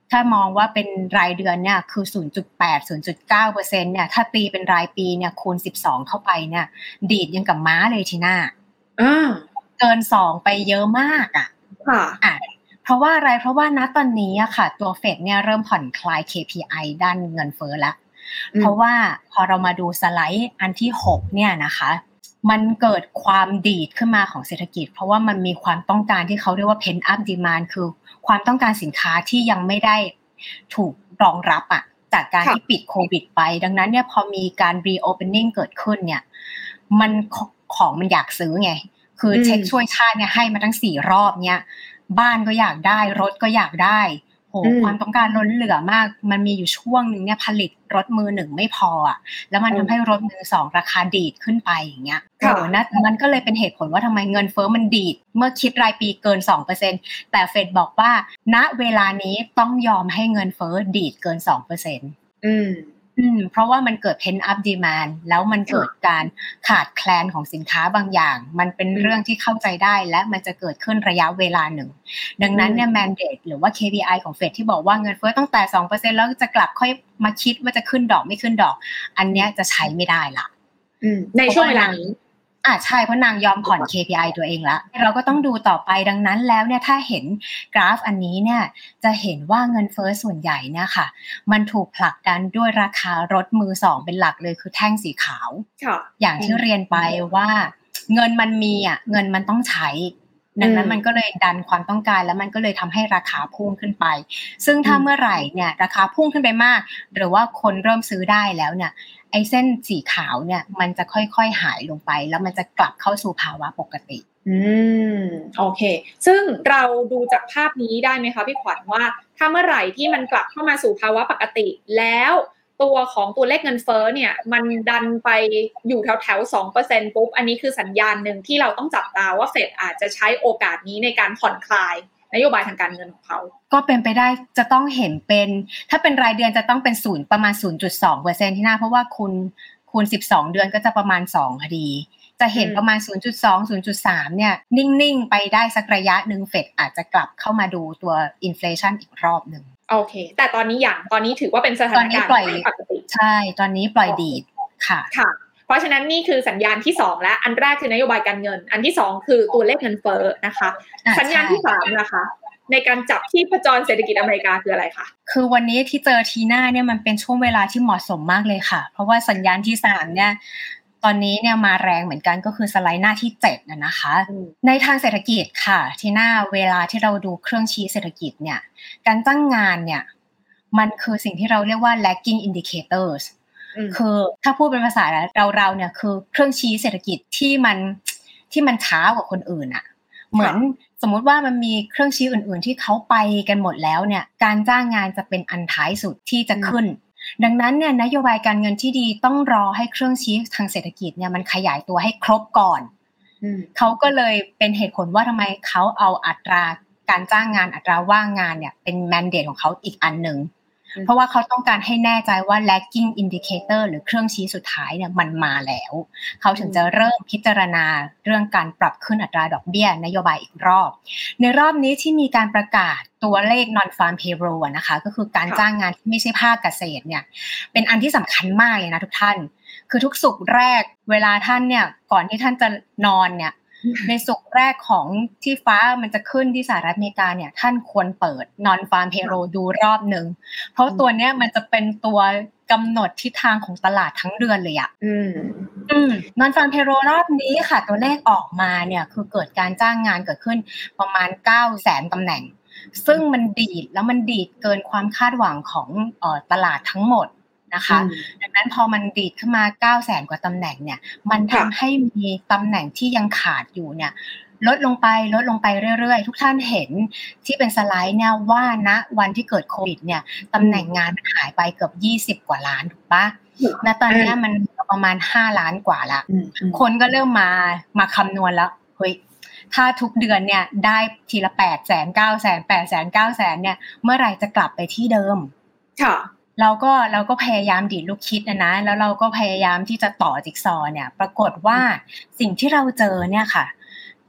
ถ้ามองว่าเป็นรายเดือนเนี่ยคือ ศูนย์จุดแปด ศูนย์จุดเก้าเปอร์เซ็นต์ เนี่ยถ้าตีเป็นรายปีเนี่ยคูณสิบสองเข้าไปเนี่ยดีดยังกับม้าเลยทีหน้าอ่าเกินสองไปเยอะมากอ่ะค่ะอ่ะเพราะว่าอะไรเพราะว่าณตอนนี้อะค่ะตัวเฟดเนี่ยเริ่มผ่อนคลาย เค พี ไอ ด้านเงินเฟ้อแล้วเพราะว่าพอเรามาดูสไลด์อันที่หกเนี่ยนะคะมันเกิดความดีดขึ้นมาของเศรษฐกิจเพราะว่ามันมีความต้องการที่เขาเรียกว่า pent up demand คือความต้องการสินค้าที่ยังไม่ได้ถูกรองรับอ่ะจากการที่ปิดโควิดไปดังนั้นเนี่ยพอมีการ reopening เกิดขึ้นเนี่ยมันของมันอยากซื้อไงคือเช็คช่วยชาติเนี่ยให้มาทั้งสี่รอบเนี่ยบ้านก็อยากได้รถก็อยากได้โหความต้องการล้นเหลือมากมันมีอยู่ช่วงนึงเนี่ยผลิตรถมือหนึ่งไม่พออ่ะแล้วมันทำให้รถมือสองราคาดีดขึ้นไปอย่างเงี้ยโหนะมันก็เลยเป็นเหตุผลว่าทำไมเงินเฟ้อมันดีดเมื่อคิดรายปีเกิน สองเปอร์เซ็นต์ แต่เฟดบอกว่าณเวลานี้ต้องยอมให้เงินเฟ้อดีดเกิน สองเปอร์เซ็นต์ อืมอืมเพราะว่ามันเกิด pent up demand แล้วมันเกิดการขาดแคลนของสินค้าบางอย่างมันเป็นเรื่องที่เข้าใจได้และมันจะเกิดขึ้นระยะเวลาหนึ่งดังนั้นเนี่ย mandate หรือว่า เค พี ไอ ของเฟดที่บอกว่าเงินเฟ้อตั้งแต่ สองเปอร์เซ็นต์ แล้วจะกลับค่อยมาคิดว่าจะขึ้นดอกไม่ขึ้นดอกอันเนี้ยจะใช้ไม่ได้ละอืมในช่วงเวลานี้อ่ะใช่เพราะนางยอมผ่อน เค พี ไอ ตัวเองแล้วเราก็ต้องดูต่อไปดังนั้นแล้วเนี่ยถ้าเห็นกราฟอันนี้เนี่ยจะเห็นว่าเงินเฟ้อส่วนใหญ่เนี่ยค่ะมันถูกผลักดันด้วยราคารถมือสองเป็นหลักเลยคือแท่งสีขาวอย่างที่เรียนไปว่าเงินมันมีอ่ะเงินมันต้องใช้ดังนั้นมันก็เลยดันความต้องการแล้วมันก็เลยทำให้ราคาพุ่งขึ้นไปซึ่งถ้าเมื่อไหร่เนี่ยราคาพุ่งขึ้นไปมากหรือว่าคนเริ่มซื้อได้แล้วเนี่ยไอ้เส้นสีขาวเนี่ยมันจะค่อยๆหายลงไปแล้วมันจะกลับเข้าสู่ภาวะปกติอืมโอเคซึ่งเราดูจากภาพนี้ได้ไหมคะพี่ขวัญว่าถ้าเมื่อไหร่ที่มันกลับเข้ามาสู่ภาวะปกติแล้วตัวของตัวเลขเงินเฟ้อเนี่ยมันดันไปอยู่แถวๆ สองเปอร์เซ็นต์ ปุ๊บอันนี้คือสัญญาณนึงที่เราต้องจับตาว่าเฟดอาจจะใช้โอกาสนี้ในการผ่อนคลายนโยบายทางการเงินของเขาก็เป็นไปได้จะต้องเห็นเป็นถ้าเป็นรายเดือนจะต้องเป็นศูนย์ประมาณ ศูนย์จุดสองเปอร์เซ็นต์ ที่หน้าเพราะว่าคุณคูณสิบสองเดือนก็จะประมาณสองพอดีจะเห็นประมาณ ศูนย์จุดสอง ศูนย์จุดสาม เนี่ยนิ่งๆไปได้สักระยะนึงเฟดอาจจะกลับเข้ามาดูตัวอินเฟลชั่นอีกรอบนึงโอเคแต่ตอนนี้อย่างตอนนี้ถือว่าเป็นสถานการณ์ปกติใช่ตอนนี้ปล่อยดีดค่ะค่ะเพราะฉะนั้นนี่คือสัญญาณที่สองแล้วอันแรกคือนโยบายการเงินอันที่สองคือตัวเลขเงินเฟ้อนะคะสัญญาณที่สามนะคะในการจับที่ประจรเศรษฐกิจอเมริกาคืออะไรคะคือวันนี้ที่เจอทีหน้าเนี่ยมันเป็นช่วงเวลาที่เหมาะสมมากเลยค่ะเพราะว่าสัญญาณที่สามเนี่ยตอนนี้เนี่ยมาแรงเหมือนกันก็คือสไลด์หน้าที่เจ็ดนะนะคะในทางเศรษฐกิจค่ะทีหน้าเวลาที่เราดูเครื่องชี้เศรษฐกิจเนี่ยการจ้างงานเนี่ยมันคือสิ่งที่เราเรียกว่า lagging indicators คือถ้าพูดเป็นภาษาเราเราเนี่ยคือเครื่องชี้เศรษฐกิจที่มันที่มันช้ากว่าคนอื่นอะเหมือนสมมุติว่ามันมีเครื่องชี้อื่นๆที่เขาไปกันหมดแล้วเนี่ยการจ้างงานจะเป็นอันท้ายสุดที่จะขึ้นดังนั้นเนี่ยนโยบายการเงินที่ดีต้องรอให้เครื่องชี้ทางเศรษฐกิจเนี่ยมันขยายตัวให้ครบก่อนเขาก็เลยเป็นเหตุผลว่าทำไมเขาเอาอัตราการจ้างงานอัตราว่างงานเนี่ยเป็นแมนเดตของเขาอีกอันนึงเพราะว่าเขาต้องการให้แน่ใจว่า lagging indicator หรือเครื่องชี้สุดท้ายเนี่ยมันมาแล้วเขาถึงจะเริ่มพิจารณาเรื่องการปรับขึ้นอัตราดอกเบี้ยนโยบายอีกรอบในรอบนี้ที่มีการประกาศตัวเลข non farm payroll นะคะก็คือการจ้างงานที่ไม่ใช่ภาคเกษตรเนี่ยเป็นอันที่สำคัญมากเลยนะทุกท่านคือทุกศุกร์แรกเวลาท่านเนี่ยก่อนที่ท่านจะนอนเนี่ยในศุกร์แรกของที่ฟ้ามันจะขึ้นที่สหรัฐอเมริกาเนี่ยท่านควรเปิด non farm payroll ดูรอบนึงเพราะตัวเนี้ยมันจะเป็นตัวกำหนดทิศทางของตลาดทั้งเดือนเลยอ่ะอืมอืม non farm payroll รอบนี้ค่ะตัวเลขออกมาเนี่ยคือเกิดการจ้างงานเกิดขึ้นประมาณเก้าแสนตำแหน่งซึ่งมันดีดแล้วมันดีดเกินความคาดหวังของเอ่อตลาดทั้งหมดนะคะดังนั้นพอมันดีดขึ้นมาเก้าแสนกว่าตำแหน่งเนี่ยมันทำให้มีตำแหน่งที่ยังขาดอยู่เนี่ยลดลงไปลดลงไปเรื่อยๆทุกท่านเห็นที่เป็นสไลด์เนี่ยว่าณวันที่เกิดโควิดเนี่ยตำแหน่งงานหายไปเกือบยี่สิบกว่าล้านถูกปะณตอนนี้มันประมาณห้าล้านกว่าละคนก็เริ่มมามาคำนวณแล้วเฮ้ยถ้าทุกเดือนเนี่ยได้ทีละแปดแสนเก้าแสนแปดแสนเก้าแสนเนี่ยเมื่อไหร่จะกลับไปที่เดิมค่ะเราก็เราก็พยายามดีดลูกคิดนะนะแล้วเราก็พยายามที่จะต่อจิ๊กซอว์เนี่ยปรากฏว่าสิ่งที่เราเจอเนี่ยค่ะ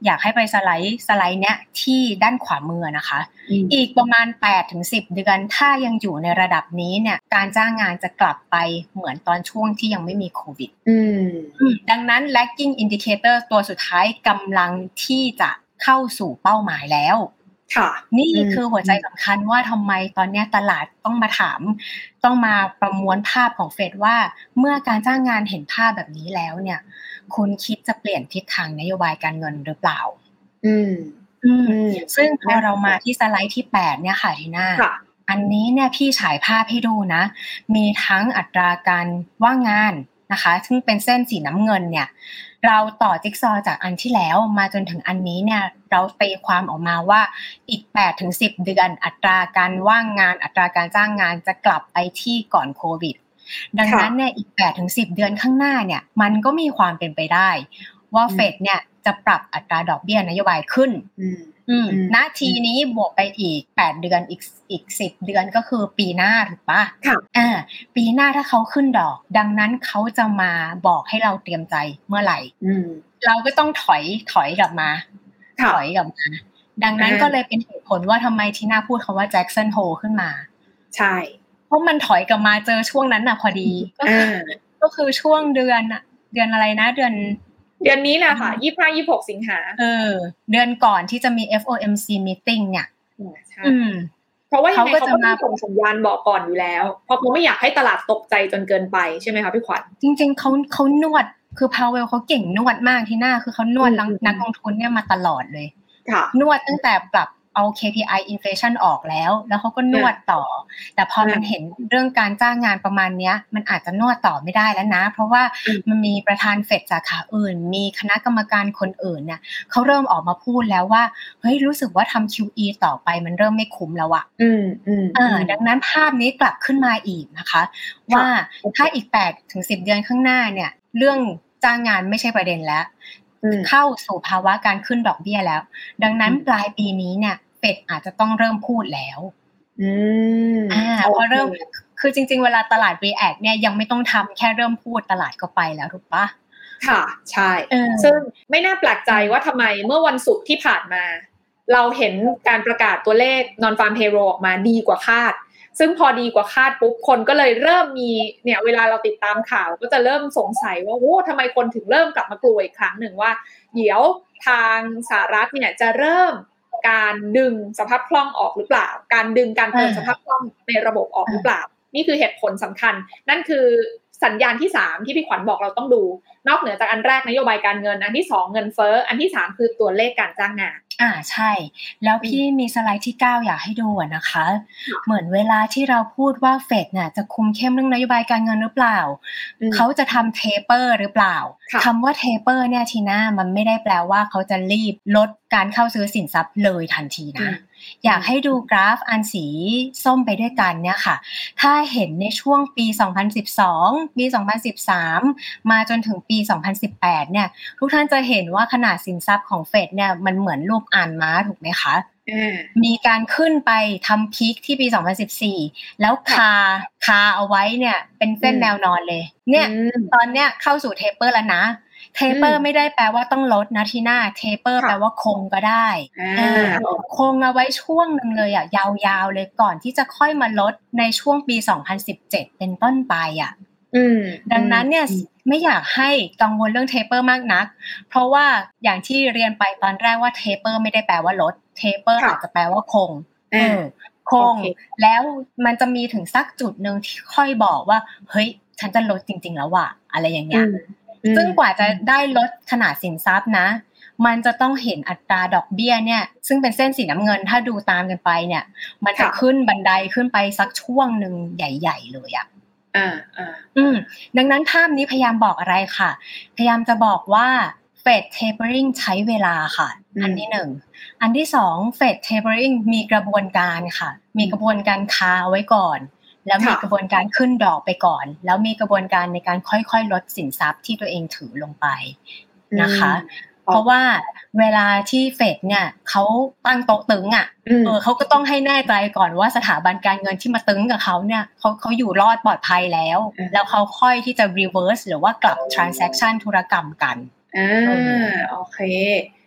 อยากให้ไปสไลด์สไลด์เนี้ยที่ด้านขวามือนะคะอีกประมาณ แปดถึงสิบ เดือนถ้ายังอยู่ในระดับนี้เนี่ยการจ้างงานจะกลับไปเหมือนตอนช่วงที่ยังไม่มีโควิดดังนั้น lagging indicator ตัวสุดท้ายกำลังที่จะเข้าสู่เป้าหมายแล้วนี่คือหัวใจสำคัญว่าทำไมตอนนี้ตลาดต้องมาถามต้องมาประมวลภาพของเฟดว่าเมื่อการจ้างงานเห็นภาพแบบนี้แล้วเนี่ยคุณคิดจะเปลี่ยนทิศทางนโยบายการเงินหรือเปล่าอืมอืมซึ่งพอเรามาที่สไลด์ที่แปดเนี่ยค่ะทีน่าอันนี้เนี่ยพี่ฉายภาพให้ดูนะมีทั้งอัตราการว่างงานนะคะซึ่งเป็นเส้นสีน้ำเงินเนี่ยเราต่อจิ๊กซอว์จากอันที่แล้วมาจนถึงอันนี้เนี่ยเราตีความออกมาว่าอีก แปดถึงสิบ เดือนอัตราการว่างงานอัตราการจ้างงานจะกลับไปที่ก่อนโควิดดังนั้นเนี่ยอีก แปดถึงสิบ เดือนข้างหน้าเนี่ยมันก็มีความเป็นไปได้ว่าเฟดเนี่ยจะปรับอัตราดอกเบี้ยนโยบายขึ้นอืมณทีนี้บวกไปอีกแปดเดือนอีกอีกสิบเดือนก็คือปีหน้าถูกปะค่ะอ่าปีหน้าถ้าเขาขึ้นดอกดังนั้นเขาจะมาบอกให้เราเตรียมใจเมื่อไหร่อืมเราก็ต้องถอยถอยกลับมาถอยกลับมาดังนั้นก็เลยเป็นเหตุผลว่าทำไมทีน่าพูดคำว่าแจ็คสันโฮขึ้นมาใช่เพราะมันถอยกลับมาเจอช่วงนั้นน่ะพอดีก็คือก็คือช่วงเดือนเดือนอะไรนะเดือนเดือนนี้แหละค่ะยี่สิบห้า ยี่สิบหกสิงหาเออเดือนก่อนที่จะมี เอฟ โอ เอ็ม ซี meeting เนี่ยใช่เพราะว่ายังไงเขาก็จะส่งสัญญาณบอกก่อนอยู่แล้วเพราะเขาไม่อยากให้ตลาดตกใจจนเกินไปใช่ไหมคะพี่ขวัญจริงๆเขาเขานวดคือ Powell เขาเก่งนวดมากที่หน้าคือเขานวดนักลงทุนเนี่ยมาตลอดเลยนวดตั้งแต่ปรับเอา เค พี ไอ inflation ออกแล้วแล้วเขาก็นวดต่อแต่พอมันเห็นเรื่องการจ้างงานประมาณเนี้ยมันอาจจะนวดต่อไม่ได้แล้วนะเพราะว่ามันมีประธานเฟดสาขาอื่นมีคณะกรรมการคนอื่นเนี่ยเขาเริ่มออกมาพูดแล้วว่าเฮ้ยรู้สึกว่าทำ คิว อี ต่อไปมันเริ่มไม่คุ้มแล้วอะอืมอืมอ่าดังนั้นภาพนี้กลับขึ้นมาอีกนะคะว่าถ้าอีก แปดถึงสิบ เดือนข้างหน้าเนี่ยเรื่องจ้างงานไม่ใช่ประเด็นแล้วเข้าสู่ภาวะการขึ้นดอกเบี้ยแล้วดังนั้นปลายปีนี้เนี่ยเฟดอาจจะต้องเริ่มพูดแล้วอืมอ่าพอเริ่มคือจริงๆเวลาตลาด react เนี่ยยังไม่ต้องทำแค่เริ่มพูดตลาดก็ไปแล้วถูกปะค่ะใช่ซึ่งไม่น่าแปลกใจว่าทำไมเมื่อวันศุกร์ที่ผ่านมาเราเห็นการประกาศตัวเลข non farm payroll ออกมาดีกว่าคาดซึ่งพอดีกว่าคาดปุ๊บคนก็เลยเริ่มมีเนี่ยเวลาเราติดตามข่าวก็จะเริ่มสงสัยว่าโอ้ทำไมคนถึงเริ่มกลับมากลัวอีกครั้งหนึ่งว่าเดี๋ยวทางสหรัฐเนี่ยจะเริ่มการดึงสภาพคล่องออกหรือเปล่าการดึงการเติมสภาพคล่องในระบบออกหรือเปล่านี่คือเหตุผลสำคัญนั่นคือสัญญาณที่สามที่พี่ขวัญบอกเราต้องดูนอกเหนือจากอันแรกนโยบายการเงินอันที่สองเงินเฟ้ออันที่สามคือตัวเลขการจ้างงานอ่าใช่แล้วพี่มีสไลด์ที่เก้าอยากให้ดูนะคะเหมือนเวลาที่เราพูดว่าเฟดเนี่ยจะคุมเข้มเรื่องนโยบายการเงินหรือเปล่าเขาจะทำเทเปอร์หรือเปล่าคำว่าเทเปอร์เนี่ยทีน่ามันไม่ได้แปลว่าเขาจะรีบลดการเข้าซื้อสินทรัพย์เลยทันทีนะอยากให้ดูกราฟอันสีส้มไปด้วยกันเนี่ยค่ะถ้าเห็นในช่วงปีสองพันสิบสองปีสองพันสิบสามมาจนถึงปีสองพันสิบแปดเนี่ยทุกท่านจะเห็นว่าขนาดสินทรัพย์ของเฟดเนี่ยมันเหมือนรูปอ่านม้าถูกไหมคะมีการขึ้นไปทำพีคที่ปีสองพันสิบสี่แล้วคาคาเอาไว้เนี่ยเป็นเส้นแนวนอนเลยเนี่ยตอนเนี้ยเข้าสู่เทเปอร์แล้วนะเทเปอร์ไม่ได้แปลว่าต้องลดนะทีหน้าเทเปอร์แปลว่าคงก็ได้คงเอาไว้ช่วงนึงเลยอ่ะยาวๆเลยก่อนที่จะค่อยมาลดในช่วงปีสองพันสิบเจ็ดเป็นต้นไปอ่ะดังนั้นเนี่ยไม่อยากให้กังวลเรื่องเทเปอร์มากนักเพราะว่าอย่างที่เรียนไปตอนแรกว่าเทเปอร์ไม่ได้แปลว่าลดเทเปอร์อาจจะแปลว่าคงเออคงแล้วมันจะมีถึงสักจุดนึงที่ค่อยบอกว่าเฮ้ยฉันจะลดจริงๆแล้วว่ะอะไรอย่างเงี้ยซึ่งกว่าจะได้ลดขนาดสินทรัพย์นะมันจะต้องเห็นอัตราดอกเบี้ยเนี่ยซึ่งเป็นเส้นสีน้ำเงินถ้าดูตามกันไปเนี่ยมันจะขึ้นบันไดขึ้นไปสักช่วงนึงใหญ่ๆเลยอ่ะอ่าอ่าอืมดังนั้นภาพนี้พยายามบอกอะไรค่ะพยายามจะบอกว่า Fed tapering ใช้เวลาค่ะอันที่หนึ่งอันที่สอง Fed tapering มีกระบวนการค่ะมีกระบวนการค้าไว้ก่อนแล้วมีกระบวนการขึ้นดอกไปก่อนแล้วมีกระบวนการในการค่อยๆลดสินทรัพย์ที่ตัวเองถือลงไปนะคะเพราะว่าเวลาที่เฟดเนี่ยเขาตั้งโต๊ะตึงอ่ะเออเขาก็ต้องให้แน่ใจก่อนว่าสถาบันการเงินที่มาตึงกับเขาเนี่ยเขาเขาอยู่รอดปลอดภัยแล้วแล้วเขาค่อยที่จะ reverse หรือว่ากลับ transaction ธุรกรรมกันอ่าโอเค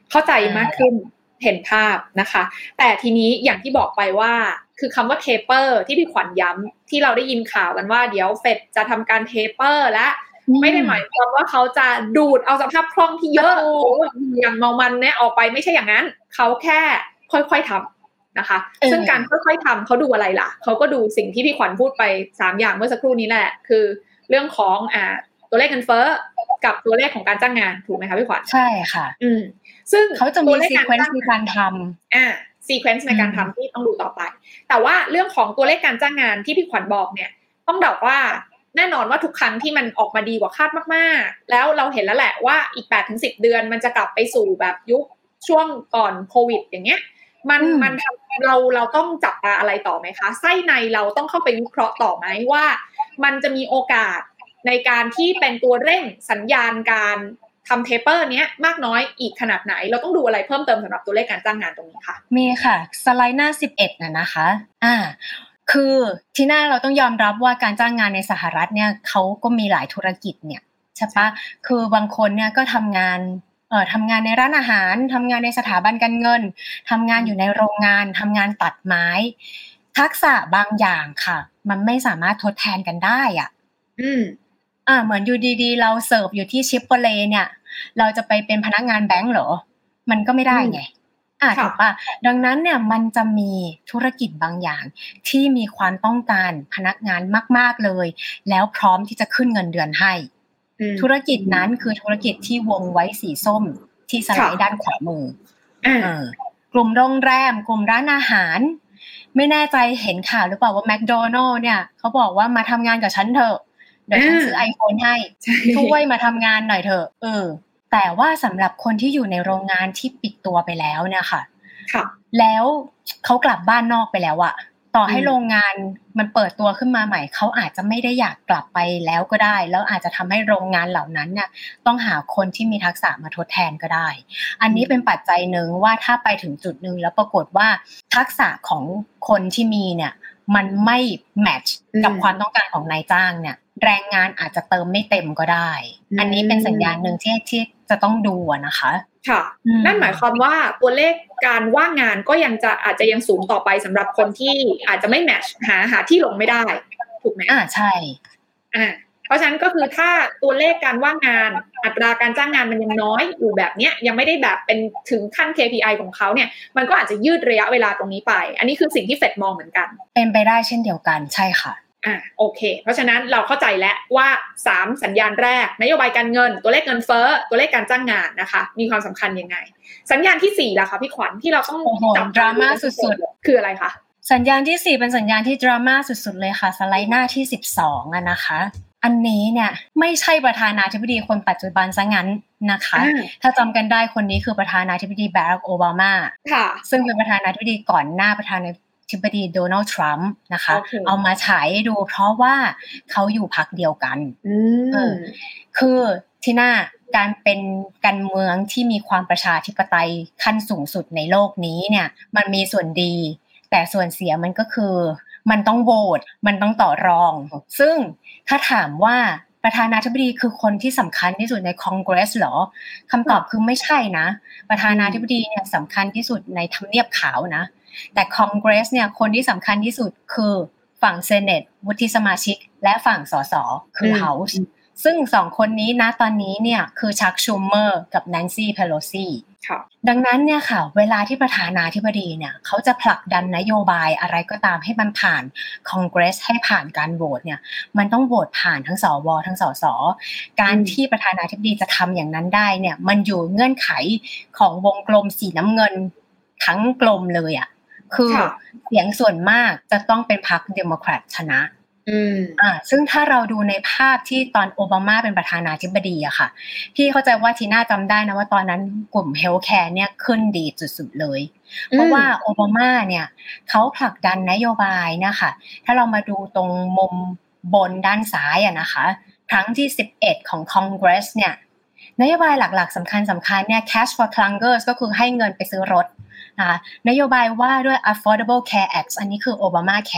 เข้าใจมากขึ้นเห็นภาพนะคะแต่ทีนี้อย่างที่บอกไปว่าคือคำว่า taper ที่พี่ขวัญย้ำที่เราได้ยินข่าวกันว่าเดี๋ยวเฟดจะทำการ taper และไม่ได้หมายความว่าเขาจะดูดเอาสภาพคล่องที่เยอะอย่างเมามันเนี่ยออกไปไม่ใช่อย่างนั้นเขาแค่ค่อยๆทำนะคะซึ่งการค่อยๆทำเขาดูอะไรล่ะเขาก็ดูสิ่งที่พี่ขวัญพูดไปสามอย่างเมื่อสักครู่นี้แหละคือเรื่องของอ่าตัวเลขเงินเฟ้อกับตัวเลขของการจ้างงานถูกไหมคะพี่ขวัญใช่ค่ะอืมซึ่งเขาจะมีซีเควนซ์ในการทำอ่าซีเควนซ์ในการทำที่ต้องดูต่อไปแต่ว่าเรื่องของตัวเลขการจ้างงานที่พี่ขวัญบอกเนี่ยต้องบอกว่าแน่นอนว่าทุกครั้งที่มันออกมาดีกว่าคาดมากๆแล้วเราเห็นแล้วแหละว่าอีก แปดถึงสิบ เดือนมันจะกลับไปสู่แบบยุคช่วงก่อนโควิดอย่างเงี้ยมันมันเราเราต้องจับตาอะไรต่อไหมคะไส้ในเราต้องเข้าไปวิเคราะห์ต่อไหมว่ามันจะมีโอกาสในการที่เป็นตัวเร่งสัญญาณการทำเทปเปอร์เนี้ยมากน้อยอีกขนาดไหนเราต้องดูอะไรเพิ่มเติมสำหรับตัวเลขการจ้างงานตรงนี้ค่ะมีค่ะสไลด์หน้าสิบเอ็ดน่ะนะคะอ่าคือที่หน้าเราต้องยอมรับว่าการจ้างงานในสหรัฐเนี่ยเขาก็มีหลายธุรกิจเนี่ยใช่ปะคือบางคนเนี่ยก็ทำงานเอ่อทำงานในร้านอาหารทำงานในสถาบันการเงินทำงานอยู่ในโรงงานทำงานตัดไม้ทักษะบางอย่างค่ะมันไม่สามารถทดแทนกันได้อ่ะอืมอ่าเหมือนอยู่ดีๆเราเสิร์ฟอยู่ที่ชิปโปเลเนี่ยเราจะไปเป็นพนักงานแบงก์เหรอมันก็ไม่ได้ไงอ่าถูกป่ะดังนั้นเนี่ยมันจะมีธุรกิจบางอย่างที่มีความต้องการพนักงานมากๆเลยแล้วพร้อมที่จะขึ้นเงินเดือนให้ธุรกิจนั้นคือธุรกิจที่วงไว้สีส้มที่สไลด์ด้านขวามือเออกลุ่มโรงแรมกลุ่มร้านอาหารไม่แน่ใจเห็นข่าวหรือเปล่าว่าแมคโดนัลด์เนี่ยเขาบอกว่ามาทำงานกับฉันเถอะเดี๋ยวฉันซื้อ iPhone ให้ช่วยมาทำงานหน่อยเถอะเออแต่ว่าสำหรับคนที่อยู่ในโรงงานที่ปิดตัวไปแล้วเนี่ยค่ะแล้วเขากลับบ้านนอกไปแล้วอะต่อให้โรงงานมันเปิดตัวขึ้นมาใหม่เขาอาจจะไม่ได้อยากกลับไปแล้วก็ได้แล้วอาจจะทำให้โรงงานเหล่านั้นเนี่ยต้องหาคนที่มีทักษะมาทดแทนก็ได้อันนี้เป็นปัจจัยนึงว่าถ้าไปถึงจุดนึงแล้วปรากฏว่าทักษะของคนที่มีเนี่ยมันไม่แมทช์กับความต้องการของนายจ้างเนี่ยแรงงานอาจจะเติมไม่เต็มก็ได้อันนี้เป็นสัญญาณนึงที่ที่จะต้องดูนะคะค่ะนั่นหมายความว่าตัวเลขการว่างงานก็ยังจะอาจจะยังสูงต่อไปสำหรับคนที่อาจจะไม่แมทช์หาหาที่ลงไม่ได้ถูกไหมอ่าใช่อ่าเพราะฉะนั้นก็คือถ้าตัวเลขการว่างงานอัตราการจ้างงานมันยังน้อยอยู่แบบเนี้ยยังไม่ได้แบบเป็นถึงขั้น เค พี ไอ ของเขาเนี่ยมันก็อาจจะยืดระยะเวลาตรงนี้ไปอันนี้คือสิ่งที่เฟดมองเหมือนกันเป็นไปได้เช่นเดียวกันใช่ค่ะอ่ะโอเคเพราะฉะนั้นเราเข้าใจแล้วว่าสามสัญญาณแรกนโยบายการเงินตัวเลขเงินเฟ้อตัวเลขการจ้างงานนะคะมีความสำคัญยังไงสัญญาณที่สี่ล่ะคะพี่ขวัญที่เราต้องจับดราม่าสุดๆคืออะไรคะสัญญาณที่สี่เป็นสัญญาณที่ดราม่าสุดๆเลยค่ะสไลด์หน้าที่สิบสองอ่ะนะคะอันนี้เนี่ยไม่ใช่ประธานาธิบดีคนปัจจุบันซะงั้นนะคะถ้าจำกันได้คนนี้คือประธานาธิบดีบารักโอบามาค่ะซึ่งเป็นประธานาธิบดีก่อนหน้าประธานาธิบดีโดนัลด์ทรัมป์นะคะ okay. เอามาฉายให้ดูเพราะว่าเขาอยู่พรรคเดียวกันเออคือที่หน้าการเป็นการเมืองที่มีความประชาธิปไตยขั้นสูงสุดในโลกนี้เนี่ยมันมีส่วนดีแต่ส่วนเสียมันก็คือมันต้องโหวตมันต้องต่อรองซึ่งถ้าถามว่าประธานาธิบดีคือคนที่สำคัญที่สุดในคองเกรสเหรอคำตอบคือไม่ใช่นะประธานาธิบดีเนี่ยสำคัญที่สุดในทำเนียบขาวนะแต่คองเกรสเนี่ยคนที่สำคัญที่สุดคือฝั่งเซเนตวุฒิสมาชิกและฝั่งสสคือเฮาส์ซึ่งสองคนนี้นะตอนนี้เนี่ยคือชักชูเมอร์กับแนนซี่เพโลซีดังนั้นเนี่ยค่ะเวลาที่ประธานาธิบดีเนี่ยเขาจะผลักดันนโยบายอะไรก็ตามให้มันผ่านคองเกรสให้ผ่านการโหวตเนี่ยมันต้องโหวตผ่านทั้งสวทั้งสสการที่ประธานาธิบดีจะทำอย่างนั้นได้เนี่ยมันอยู่เงื่อนไขของวงกลมสีน้ำเงินทั้งกลมเลยอ่ะคือเสียงส่วนมากจะต้องเป็นพรรคเดโมแครตชนะอืมอ่าซึ่งถ้าเราดูในภาพที่ตอนโอบามาเป็นประธานาธิบดีอะค่ะพี่เข้าใจว่าทีน่าจำได้นะว่าตอนนั้นกลุ่มเฮลท์แคร์เนี่ยขึ้นดีสุดๆเลยเพราะว่าโอบามาเนี่ยเขาผลักดันนโยบายนะคะถ้าเรามาดูตรงมุมบนด้านซ้ายอะนะคะครั้งที่สิบเอ็ดของคองเกรสเนี่ยนโยบายหลักๆสำคัญสำคัญเนี่ย cash for clunkers ก็คือให้เงินไปซื้อรถนะคะนโยบายว่าด้วย affordable care act อันนี้คือ Obama Care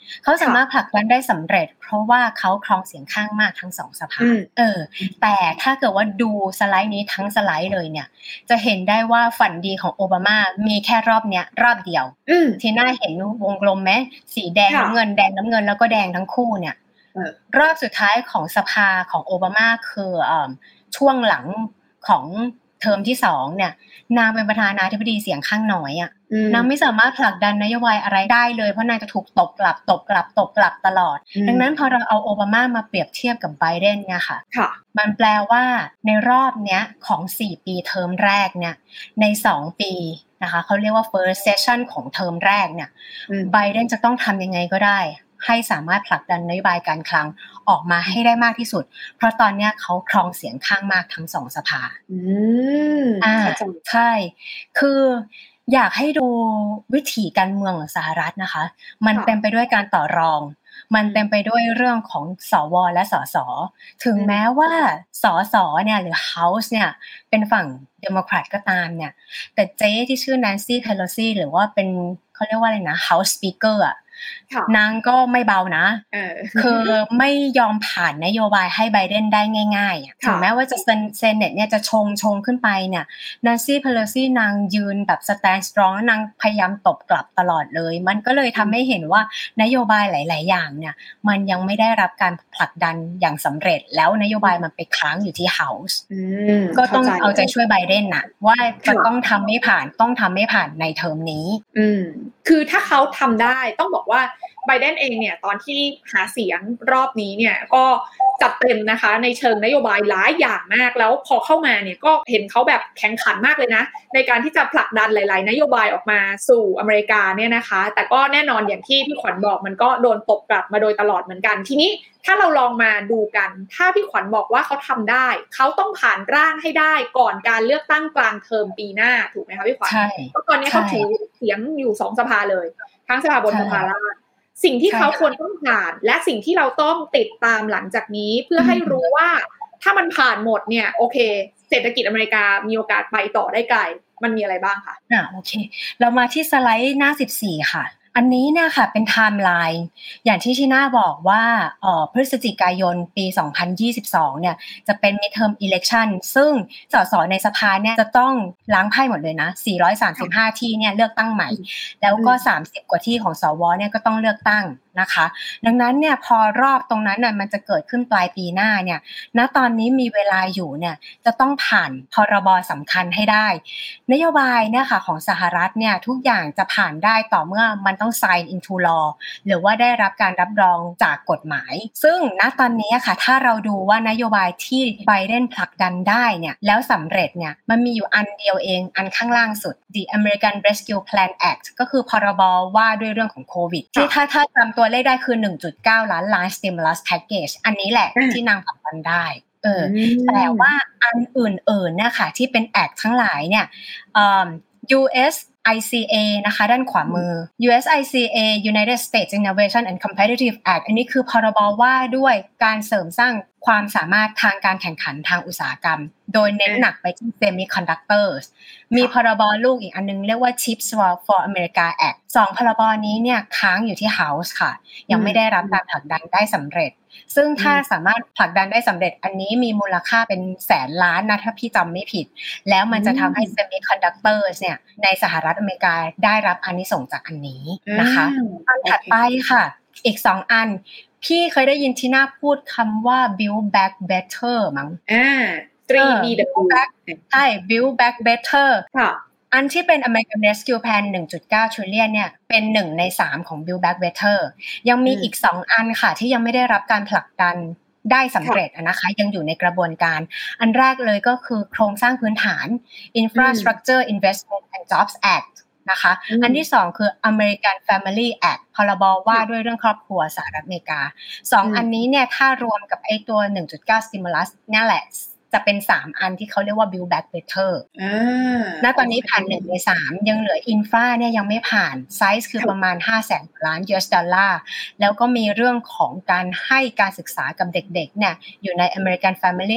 เขาสามารถผลักดันได้สำเร็จเพราะว่าเขาครองเสียงข้างมากทั้งสองสภาเออแต่ถ้าเกิดว่าดูสไลด์นี้ทั้งสไลด์เลยเนี่ยจะเห็นได้ว่าฝันดีของโอบามามีแค่รอบเนี้ยรอบเดียวที่น่าเห็นวงกลมไหมสีแดงน้ำเงินแดงน้ำเงินแล้วก็แดงทั้งคู่เนี่ยรอบสุดท้ายของสภาของโอบามาคือช่วงหลังของเทอมที่สองเนี่ยนางเป็นประธานาธิบดีเสียงข้างน้อยอ่ะนางไม่สามารถผลักดันนโยบายอะไรได้เลยเพราะนางจะถูกตบกลับตบกลับตบกลับตลอดดังนั้นพอเราเอาโอบามามาเปรียบเทียบกับไบเดนเนี่ยค่ะมันแปลว่าในรอบเนี้ยของสี่ปีเทอมแรกเนี่ยในสองปีนะคะเขาเรียกว่า first session ของเทอมแรกเนี่ยไบเดนจะต้องทำยังไงก็ได้ให้สามารถผลักดันนโยบายการคลังออกมาให้ได้มากที่สุดเพราะตอนนี้เขาครองเสียงข้างมากทั้งสองสภาอืมอ่าใช่คืออยากให้ดูวิถีการเมืองของสหรัฐนะคะมันเต็มไปด้วยการต่อรองมันเต็มไปด้วยเรื่องของสวและสสถึงแม้ว่าสสเนี่ยหรือ House เนี่ยเป็นฝั่งเดโมแครตก็ตามเนี่ยแต่เจ๊ที่ชื่อ Nancy Pelosi หรือว่าเป็นเขาเรียกว่าอะไรนะ House Speaker อ่ะนางก็ไม่เบานะคือไม่ยอมผ่านนโยบายให้ไบเดนได้ง่ายๆถึงแม้ว่าจะเซเนตเนี่ยจะชงชงขึ้นไปเนี่ย Nancy Pelosi นางยืนแบบ stand strong นางพยายามตบกลับตลอดเลยมันก็เลยทำให้เห็นว่านโยบายหลายๆอย่างเนี่ยมันยังไม่ได้รับการผลักดันอย่างสำเร็จแล้วนโยบายมันไปค้างอยู่ที่ House ก็ต้องเอาใจช่วยไบเดนนะว่าจะต้องทำไม่ผ่านต้องทำไม่ผ่านในเทอมนี้อืมคือถ้าเขาทำได้ต้องบอกว่าไบเดนเองเนี่ยตอนที่หาเสียงรอบนี้เนี่ยก็จัดเต็มนะคะในเชิงนโยบายหลายอย่างมากแล้วพอเข้ามาเนี่ยก็เห็นเขาแบบแข่งขันมากเลยนะในการที่จะผลักดันหลายๆนโยบายออกมาสู่อเมริกาเนี่ยนะคะแต่ก็แน่นอนอย่างที่พี่ขวัญบอกมันก็โดนตบกลับมาโดยตลอดเหมือนกันทีนี้ถ้าเราลองมาดูกันถ้าพี่ขวัญบอกว่าเขาทำได้เขาต้องผ่านร่างให้ได้ก่อนการเลือกตั้งกลางเทอมปีหน้าถูกไหมคะพี่ขวัญเพราะตอนนี้เขาถือเสียงอยู่สองสภาเลยทั้งสภาบนสภาล่างสิ่งที่เขาควรต้องผ่านและสิ่งที่เราต้องติดตามหลังจากนี้เพื่อให้รู้ว่าถ้ามันผ่านหมดเนี่ยโอเคเศรษฐกิจอเมริกามีโอกาสไปต่อได้ไกลมันมีอะไรบ้างคะอ่าโอเคเรามาที่สไลด์หน้าสิบสี่ค่ะอันนี้เนี่ยค่ะเป็นไทม์ไลน์อย่างที่ชิน่าบอกว่าเอ่อพฤศจิกายนปีสองพันยี่สิบสองเนี่ยจะเป็น midterm election ซึ่งสสในสภาเนี่ยจะต้องล้างไพ่หมดเลยนะสี่ร้อยสามสิบห้าที่เนี่ยเลือกตั้งใหม่แล้วก็สามสิบกว่าที่ของสวเนี่ยก็ต้องเลือกตั้งนะคะดังนั้นเนี่ยพอรอบตรงนั้นน่ะมันจะเกิดขึ้นปลายปีหน้าเนี่ยณตอนนี้มีเวลาอยู่เนี่ยจะต้องผ่านพรบสำคัญให้ได้นโยบายเนี่ยค่ะของสหรัฐเนี่ยทุกอย่างจะผ่านได้ต่อเมื่อมันต้อง sign into law หรือว่าได้รับการรับรองจากกฎหมายซึ่งณตอนนี้ค่ะถ้าเราดูว่านโยบายที่ไบเดนผลักดันได้เนี่ยแล้วสำเร็จเนี่ยมันมีอยู่อันเดียวเองอันข้างล่างสุด The American Rescue Plan Act ก็คือพรบว่าด้วยเรื่องของโควิดที่ถ้าถ้าจำตัวเลขได้คือ หนึ่งจุดเก้า ล้านล้าน stimulus package อันนี้แหละที่นางผลักดันได้เออแต่ว่าอันอื่นๆเนี่ยค่ะที่เป็นแอคทั้งหลายเนี่ยเอ่อ ยู เอส ไอ ซี เอ นะคะด้านขวามือ ยู เอส ไอ ซี เอ United States Innovation and Competitive Act อันนี้คือพรบว่าด้วยการเสริมสร้างความสามารถทางการแข่งขันทางอุตสาหกรรมโดยเน้นหนักไปที่ Semiconductors มีพรบลูกอีกอันนึงเรียกว่า Chips for America Act สองพรบนี้เนี่ยค้างอยู่ที่ House ค่ะยังไม่ได้รับการผลักดันได้สำเร็จซึ่งถ้าสามารถผลักดันได้สำเร็จอันนี้มีมูลค่าเป็นแสนล้านนะถ้าพี่จำไม่ผิดแล้วมันจะทำให้ Semiconductors เนี่ยในสหรัฐอเมริกาได้รับอานิสงส์จากอันนี้นะคะอันถัดไปค่ะอีกสองอันพี่เคยได้ยินที่น่าพูดคำว่า build back better มั้งอ่า ทรี บี ดับเบิลยู back ใช่ build back better ค่ะอันที่เป็น American Rescue Plan หนึ่งจุดเก้า trillion เนี่ยเป็นหนึ่งในสามของ build back better ยังมีอีกสองอันค่ะที่ยังไม่ได้รับการผลักดันได้สำเร็จนะคะยังอยู่ในกระบวนการอันแรกเลยก็คือโครงสร้างพื้นฐาน Infrastructure Investment and Jobs Actนะคะอันที่สองคือ American Family Act พรบว่าด้วยเรื่องครอบครัวสหรัฐอเมริกาสองอันนี้เนี่ยถ้ารวมกับไอ้ตัว หนึ่งจุดเก้า stimulus นี่แหละจะเป็นสามอันที่เขาเรียกว่า build back better อ่าณตอนนี้ผ่านหนึ่งในสามยังเหลือ infra เนี่ยยังไม่ผ่านไซส์คือประมาณ ห้าแสน ล้าน ยู เอส ดอลลาร์แล้วก็มีเรื่องของการให้การศึกษากับเด็กๆเนี่ยอยู่ใน American Family Act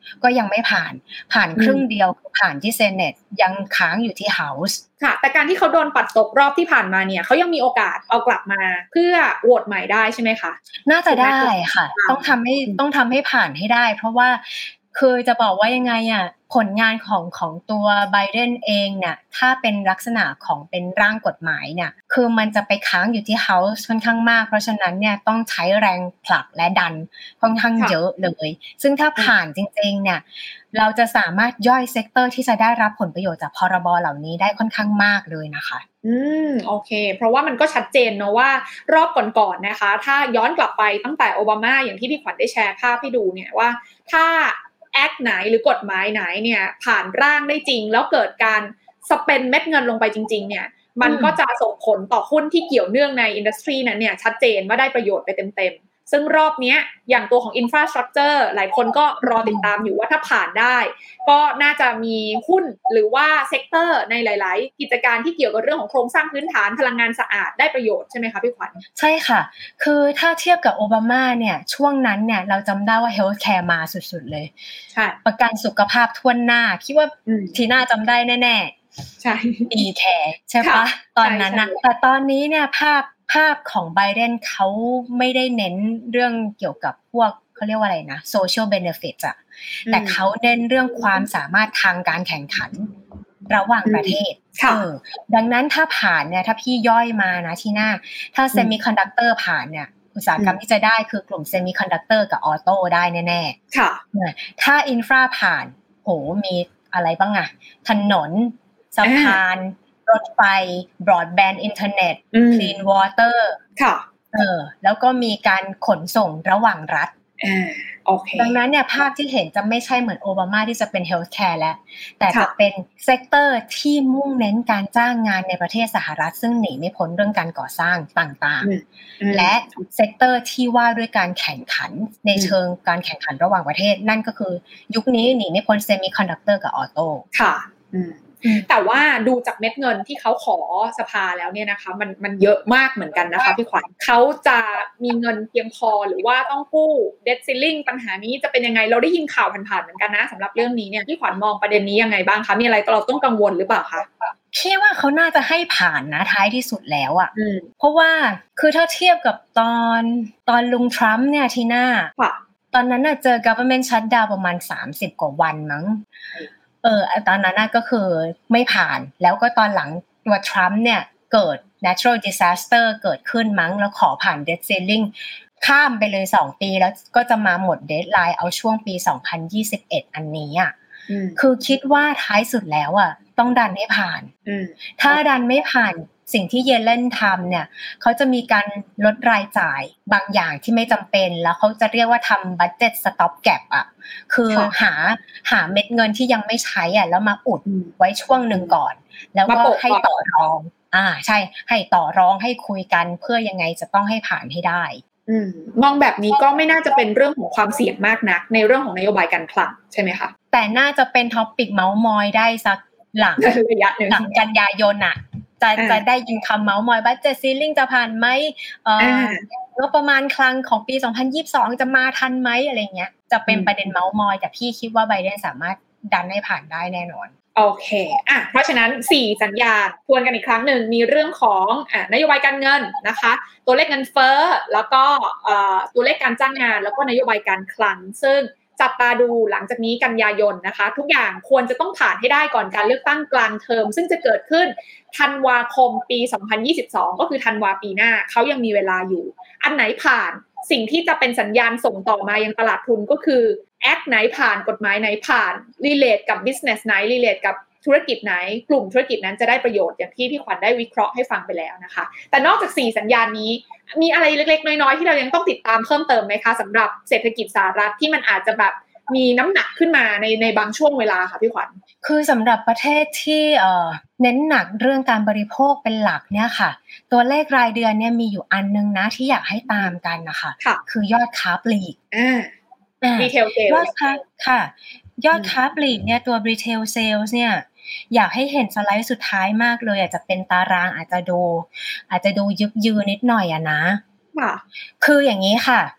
ก็ยังไม่ผ่านผ่านครึ่งเดียวผ่านที่เซเนตยังค้างอยู่ที่เฮาส์ค่ะแต่การที่เขาโดนปัดตกรอบที่ผ่านมาเนี่ยเขายังมีโอกาสเอากลับมาเพื่อโหวตใหม่ได้ใช่ไหมคะน่าจะได้ค่ะต้องทำให้ต้องทำให้ผ่านให้ได้เพราะว่าคือจะบอกว่ายังไงอ่ะผลงานของของตัวไบเดนเองเนี่ยถ้าเป็นลักษณะของเป็นร่างกฎหมายเนี่ยคือมันจะไปค้างอยู่ที่ House ค่อนข้างมากเพราะฉะนั้นเนี่ยต้องใช้แรงผลักและดันค่อนข้างเยอะเลยซึ่งถ้าผ่านจริงๆเนี่ยเราจะสามารถย่อยเซกเตอร์ที่จะได้รับผลประโยชน์จากพรบเหล่านี้ได้ค่อนข้างมากเลยนะคะอืมโอเคเพราะว่ามันก็ชัดเจนเนอะว่ารอบก่อนๆนะคะถ้าย้อนกลับไปตั้งแต่โอบามาอย่างที่พี่ขวัญได้แชร์ภาพให้ดูเนี่ยว่าถ้าแอคไหนหรือกฎหมายไหนเนี่ยผ่านร่างได้จริงแล้วเกิดการสเปนเม็ดเงินลงไปจริงๆเนี่ยมันก็จะส่งผลต่อหุ้นที่เกี่ยวเนื่องในอินดัสทรีนั้นเนี่ยชัดเจนว่าได้ประโยชน์ไปเต็มๆซึ่งรอบนี้อย่างตัวของ infrastructure หลายคนก็รอติดตามอยู่ว่าถ้าผ่านได้ก็น่าจะมีหุ้นหรือว่าเซกเตอร์ในหลายๆกิจการที่เกี่ยวกับเรื่องของโครงสร้างพื้นฐานพลังงานสะอาดได้ประโยชน์ใช่ไหมคะพี่ขวัญใช่ค่ะคือถ้าเทียบกับโอบามาเนี่ยช่วงนั้นเนี่ยเราจำได้ว่า healthcare มาสุดๆเลยใช่ประกันสุขภาพทั่วหน้าคิดว่าทีน่าจำได้แน่ๆใช่ e-care ใช่ปะตอนนั้นนะแต่ตอนนี้เนี่ยภาพภาพของไบเดนเขาไม่ได้เน้นเรื่องเกี่ยวกับพวกเขาเรียกว่าอะไรนะ social benefits อะแต่เขาเน้นเรื่องความสามารถทางการแข่งขันระหว่างประเทศเออดังนั้นถ้าผ่านเนี่ยถ้าพี่ย่อยมานะที่หน้าถ้า semiconductor ผ่านเนี่ยอุตสาหกรรมที่จะได้คือกลุ่ม semiconductor กับออโต้ได้แน่ๆค่ะถ้า infra ผ่านโหมีอะไรบ้างอะถนนสะพานรถไฟ broadband internet clean water ค่ะเออแล้วก็มีการขนส่งระหว่างรัฐอ่าโอเคดังนั้นเนี่ยภาพที่เห็นจะไม่ใช่เหมือนโอบามาที่จะเป็น healthcare แล้วแต่จะเป็นเซกเตอร์ที่มุ่งเน้นการจ้างงานในประเทศสหรัฐซึ่งหนีไม่พ้นเรื่องการก่อสร้างต่างๆและเซกเตอร์ที่ว่าด้วยการแข่งขันในเชิงการแข่งขันระหว่างประเทศนั่นก็คือยุคนี้หนีไม่พ้น semiconductor กับออโต้ค่ะแต่ว่าดูจากเม็ดเงินที่เขาขอสภาแล้วเนี่ยนะคะมันมันเยอะมากเหมือนกันนะคะพี่ขวัญเขาจะมีเงินเพียงพอหรือว่าต้องกู้ debt ceiling ปัญหานี้จะเป็นยังไงเราได้ยินข่าวผ่านๆเหมือนกันนะสำหรับเรื่องนี้เนี่ยพี่ขวัญมองประเด็นนี้ยังไงบ้างคะมีอะไรเราต้องกังวลหรือเปล่าคะคิดว่าเขาน่าจะให้ผ่านนะท้ายที่สุดแล้วอ่ะเพราะว่าคือถ้าเทียบกับตอนตอนลุงทรัมป์เนี่ยทีหน้าตอนนั้นน่ะเจอ government shutdown ประมาณสามสิบกว่าวันมั้งเออตอนนั้นก็คือไม่ผ่านแล้วก็ตอนหลังตัวทรัมป์เนี่ยเกิด natural disaster เกิดขึ้นมั้งแล้วขอผ่าน debt ceiling ข้ามไปเลยสองปีแล้วก็จะมาหมด deadline เอาช่วงปีสองพันยี่สิบเอ็ดอันนี้อ่ะคือคิดว่าท้ายสุดแล้วอ่ะต้องดันให้ผ่านถ้าดันไม่ผ่านสิ่งที่เยเลนทำเนี่ยเขาจะมีการลดรายจ่ายบางอย่างที่ไม่จำเป็นแล้วเขาจะเรียกว่าทำ budget stop gap อ่ะคือหาหาเม็ดเงินที่ยังไม่ใช้อ่ะแล้วมาอุดไว้ช่วงหนึ่งก่อนแล้วก็ให้ต่อรองอ่าใช่ให้ต่อรองให้คุยกันเพื่อยังไงจะต้องให้ผ่านให้ได้มองแบบนี้ก็ไม่น่าจะเป็นเรื่องของความเสี่ยงมากนักในเรื่องของนโยบายการคลังใช่ไหมคะแต่น่าจะเป็นท็อปปิกเมาส์มอยได้สักหลังระยะหนึ่งหลังกันยายนอ่ะจะจะได้ยินคำเมาส์มอยบัดเจ็ตซีลิ่งจะผ่านไหมเอ่องบประมาณคลังของปีสองพันยี่สิบสองจะมาทันไหมอะไรเงี้ยจะเป็นประเด็นเมาส์มอยแต่พี่คิดว่าไบเดนสามารถดันให้ผ่านได้แน่นอนโอเคอ่ะเพราะฉะนั้นสี่สัญญาณทวนกันอีกครั้งหนึ่งมีเรื่องของอ่ะนโยบายการเงินนะคะตัวเลขเงินเฟ้อแล้วก็เอ่อตัวเลขการจ้างงานแล้วก็นโยบายการคลังซึ่งจับตาดูหลังจากนี้กันยายนนะคะทุกอย่างควรจะต้องผ่านให้ได้ก่อนการเลือกตั้งกลางเทอมซึ่งจะเกิดขึ้นธันวาคมปีสองพันยี่สิบสองก็คือธันวาปีหน้าเขายังมีเวลาอยู่อันไหนผ่านสิ่งที่จะเป็นสัญญาณส่งต่อมายังตลาดทุนก็คือแอคไหนผ่านกฎหมายไหนผ่านรีเลทกับ business ไหนรีเลทกับธุรกิจไหนกลุ่มธุรกิจนั้นจะได้ประโยชน์อย่างที่พี่ขวัญได้วิเคราะห์ให้ฟังไปแล้วนะคะแต่นอกจากสี่สัญญาณนี้มีอะไรเล็กๆน้อยๆที่เรายังต้องติดตามเพิ่มเติมไหมคะสำหรับเศรษฐกิจสหรัฐที่มันอาจจะแบบมีน้ำหนักขึ้นมาในในบางช่วงเวลาค่ะพี่ขวัญคือสำหรับประเทศที่เอ่อเน้นหนักเรื่องการบริโภคเป็นหลักเนี่ยค่ะตัวเลขรายเดือนเนี่ยมีอยู่อันนึงนะที่อยากให้ตามกันนะคะคือยอดค้าปลีกอ่ารีเทลเซลส์ยอดค้าค่ะยอดค้าปลีกเนี่ยตัวรีเทลเซลส์เนี่ยอยากให้เห็นสไลด์สุดท้ายมากเลยอาจจะเป็นตารางอาจจะดูอาจจะดูยึกยือนิดหน่อยอะนะคืออย่างนี้ค่ะ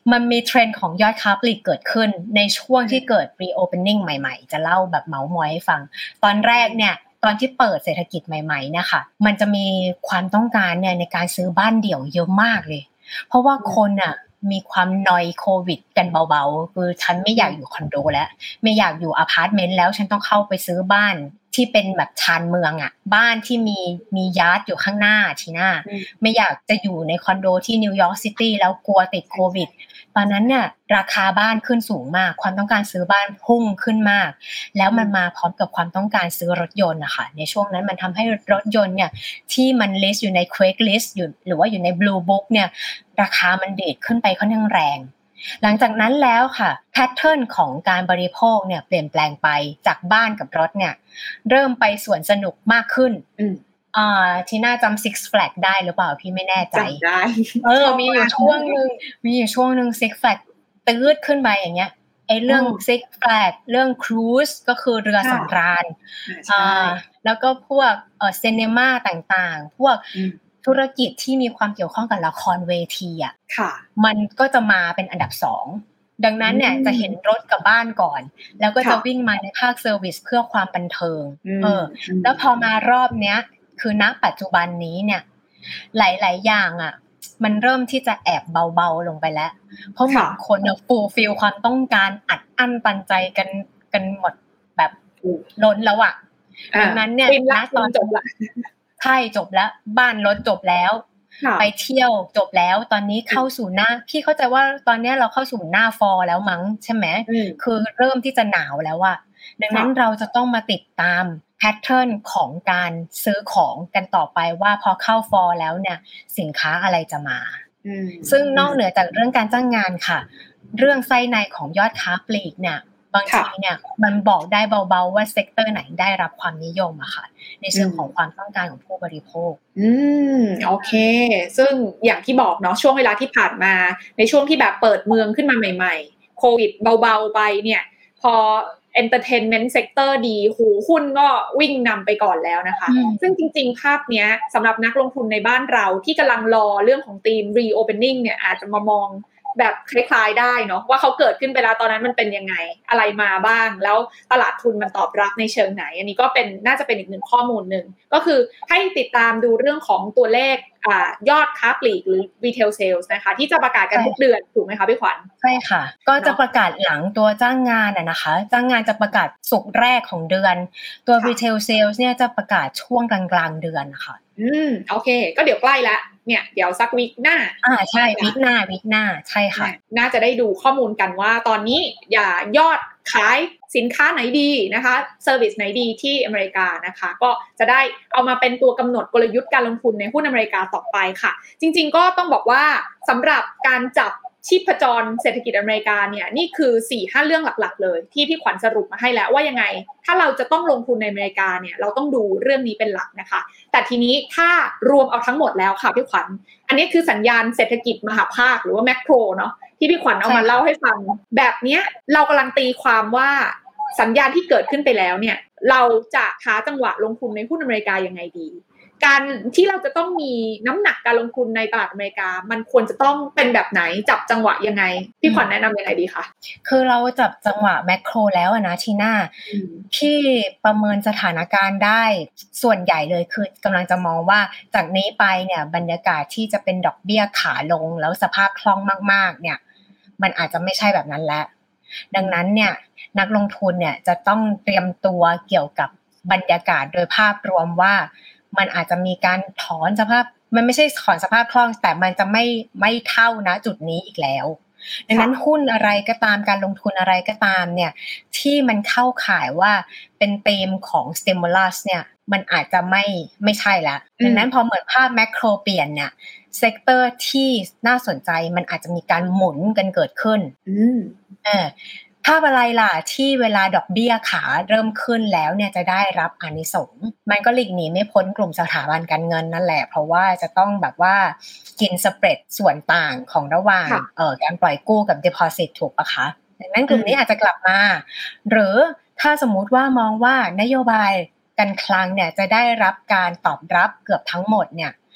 มันมีเทรนด์ของยอดค้าปลีกเกิดขึ้นในช่วงที่เกิด reopening ใหม่ๆจะเล่าแบบเมาท์มอยให้ฟังตอนแรกเนี่ยตอนที่เปิดเศรษฐกิจใหม่ๆเนี่ยค่ะมันจะมีความต้องการเนี่ยในการซื้อบ้านเดี่ยวเยอะมากเลยเพราะว่าคนอ่ะมีความนอยโควิดกันเบาๆคือฉันไม่อยากอยู่คอนโดแล้วไม่อยากอยู่อพาร์ตเมนต์แล้วฉันต้องเข้าไปซื้อบ้านที่เป็นแบบชานเมืองอ่ะบ้านที่มีมียาร์ดอยู่ข้างหน้าทีหน้าไม่อยากจะอยู่ในคอนโดที่นิวยอร์กซิตี้แล้วกลัวติดโควิดตอนนั้นเนี่ยราคาบ้านขึ้นสูงมากความต้องการซื้อบ้านพุ่งขึ้นมากแล้วมันมาพร้อมกับความต้องการซื้อรถยนต์นะคะในช่วงนั้นมันทำให้รถยนต์เนี่ยที่มันลิสต์อยู่ใน Craigslist อยู่หรือว่าอยู่ใน Blue Book เนี่ยราคามันเดทขึ้นไปค่อนข้างแรงหลังจากนั้นแล้วค่ะแพทเทิร์นของการบริโภคเนี่ยเปลี่ยนแปลงไปจากบ้านกับรถเนี่ยเริ่มไปสวนสนุกมากขึ้นอืมอ่าทีน่าจำ Six Flags ได้หรือเปล่าพี่ไม่แน่ใจจำได้เออมีอยู่ช่วงนึงมีอยู่ช่วงนึง Six Flags ตืดขึ้นไปอย่างเงี้ยไอ้เรื่อง Six Flags เรื่อง Cruise ก็คือเรือสำราญอ่าแล้วก็พวกเอ่อซินีม่าต่างๆพวกธุรกิจที่มีความเกี่ยวข้องกับละครเวทีอ่ะมันก็จะมาเป็นอันดับสองดังนั้นเนี่ยจะเห็นรถกับบ้านก่อนแล้วก็จะวิ่งมาในภาคเซอร์วิสเพื่อความบันเทิงเออแล้วพอมารอบเนี้ยคือณปัจจุบันนี้เนี่ยหลายๆอย่างอ่ะมันเริ่มที่จะแอบเบาๆลงไปแล้วเพราะเหมือนคนอ่ะฟูลฟิลความต้องการอัดอั้นตันใจกันกันหมดแบบล้นแล้วอ่ะดังนั้นเนี่ยณตอนจบละใช่จบแล้วบ้านรถจบแล้วไปเที่ยวจบแล้วตอนนี้เข้าสู่หน้าพี่เข้าใจว่าตอนนี้เราเข้าสู่หน้าฟอลแล้วมั้งใช่ไหมคือเริ่มที่จะหนาวแล้วอะดังนั้นเราจะต้องมาติดตามแพทเทิร์นของการซื้อของกันต่อไปว่าพอเข้าฟอลแล้วเนี่ยสินค้าอะไรจะมาซึ่งนอกเหนือจากเรื่องการจ้างงานค่ะเรื่องไส้ในของยอดค้าปลีกเนี่ยบางทีเนี่ยมันบอกได้เบาๆว่าเซกเตอร์ไหนได้รับความนิยมอะค่ะในเชิงของความต้องการของผู้บริโภคอืมโอเคซึ่งอย่างที่บอกเนาะช่วงเวลาที่ผ่านมาในช่วงที่แบบเปิดเมืองขึ้นมาใหม่ๆโควิดเบาๆไปเนี่ยพอ entertainment sector ดีหูหุ้นก็วิ่งนำไปก่อนแล้วนะคะซึ่งจริงๆภาพเนี้ยสำหรับนักลงทุนในบ้านเราที่กำลังรอเรื่องของธีม reopening เนี่ยอาจจะมามองแบบคล้ายๆได้เนาะว่าเขาเกิดขึ้นไปแล้วตอนนั้นมันเป็นยังไงอะไรมาบ้างแล้วตลาดทุนมันตอบรับในเชิงไหนอันนี้ก็เป็นน่าจะเป็นอีกหนึ่งข้อมูลหนึ่งก็คือให้ติดตามดูเรื่องของตัวเลขอ่ายอดค้าปลีกหรือ retail sales นะคะที่จะประกาศกันทุกเดือนถูกไหมคะพี่ขวัญใช่ค่ะก็จะประกาศหลังตัวจ้างงานอ่ะนะคะจ้างงานจะประกาศศุกร์แรกของเดือนตัว retail sales เนี่ยจะประกาศช่วงกลางๆเดือนนะคะอืมโอเคก็เดี๋ยวใกล้ละเนี่ยเดี๋ยวสักวีคหน้าอ่าใช่วีคหน้าวีคหน้าใช่ค่ะน่าจะได้ดูข้อมูลกันว่าตอนนี้อย่ายอดขายสินค้าไหนดีนะคะเซอร์วิสไหนดีที่อเมริกานะคะก็จะได้เอามาเป็นตัวกำหนดกลยุทธ์การลงทุนในหุ้นอเมริกาต่อไปค่ะจริงๆก็ต้องบอกว่าสำหรับการจับชีพจรเศรษฐกิจอเมริกาเนี่ยนี่คือ สี่ห้า เรื่องหลักๆเลยที่พี่ขวัญสรุปมาให้แล้วว่ายังไงถ้าเราจะต้องลงทุนในอเมริกาเนี่ยเราต้องดูเรื่องนี้เป็นหลักนะคะแต่ทีนี้ถ้ารวมเอาทั้งหมดแล้วค่ะพี่ขวัญอันนี้คือสัญญาณเศรษฐกิจมหาภาคหรือว่าแมคโครเนาะที่พี่ขวัญเอามาเล่าให้ฟังแบบเนี้ยเรากำลังตีความว่าสัญญาณที่เกิดขึ้นไปแล้วเนี่ยเราจะหาจังหวะลงทุนในหุ้นอเมริกายังไงดีการที่เราจะต้องมีน้ำหนักการลงทุนในตลาดอเมริกามันควรจะต้องเป็นแบบไหนจับจังหวะยังไงพี่ขวัญแนะนำยังไงดีคะคือเราจับจังหวะแมคโครแล้วนะทีน่าที่ประเมินสถานการณ์ได้ส่วนใหญ่เลยคือกำลังจะมองว่าจากนี้ไปเนี่ยบรรยากาศที่จะเป็นดอกเบี้ยขาลงแล้วสภาพคล่องมากๆเนี่ยมันอาจจะไม่ใช่แบบนั้นแล้วดังนั้นเนี่ยนักลงทุนเนี่ยจะต้องเตรียมตัวเกี่ยวกับบรรยากาศโดยภาพรวมว่ามันอาจจะมีการถอนสภาพมันไม่ใช่ถอนสภาพคล่องแต่มันจะไม่ไม่เท่านะจุดนี้อีกแล้วดังนั้นหุ้นอะไรก็ตามการลงทุนอะไรก็ตามเนี่ยที่มันเข้าข่ายว่าเป็นธีมของ stimulus เนี่ยมันอาจจะไม่ไม่ใช่แล้วดังนั้นพอเหมือนภาพแมคโครเปลี่ยนเนี่ยเซกเตอร์ที่น่าสนใจมันอาจจะมีการหมุนกันเกิดขึ้นอืมเออภาพอะไรล่ะที่เวลาดอกเบี้ยขาเริ่มขึ้นแล้วเนี่ยจะได้รับอานิสงส์มันก็หลีกหนีไม่พ้นกลุ่มสถาบันการเงินนั่นแหละเพราะว่าจะต้องแบบว่ากินสเปรดส่วนต่างของระหว่างเอ่อการปล่อยกู้กับ deposit ถูกปะคะดังนั้นกลุ่มนี้อาจจะกลับมาหรือถ้าสมมุติว่ามองว่านโยบายการคลังเนี่ยจะได้รับการตอบรับเกือบทั้งหมดเนี่ย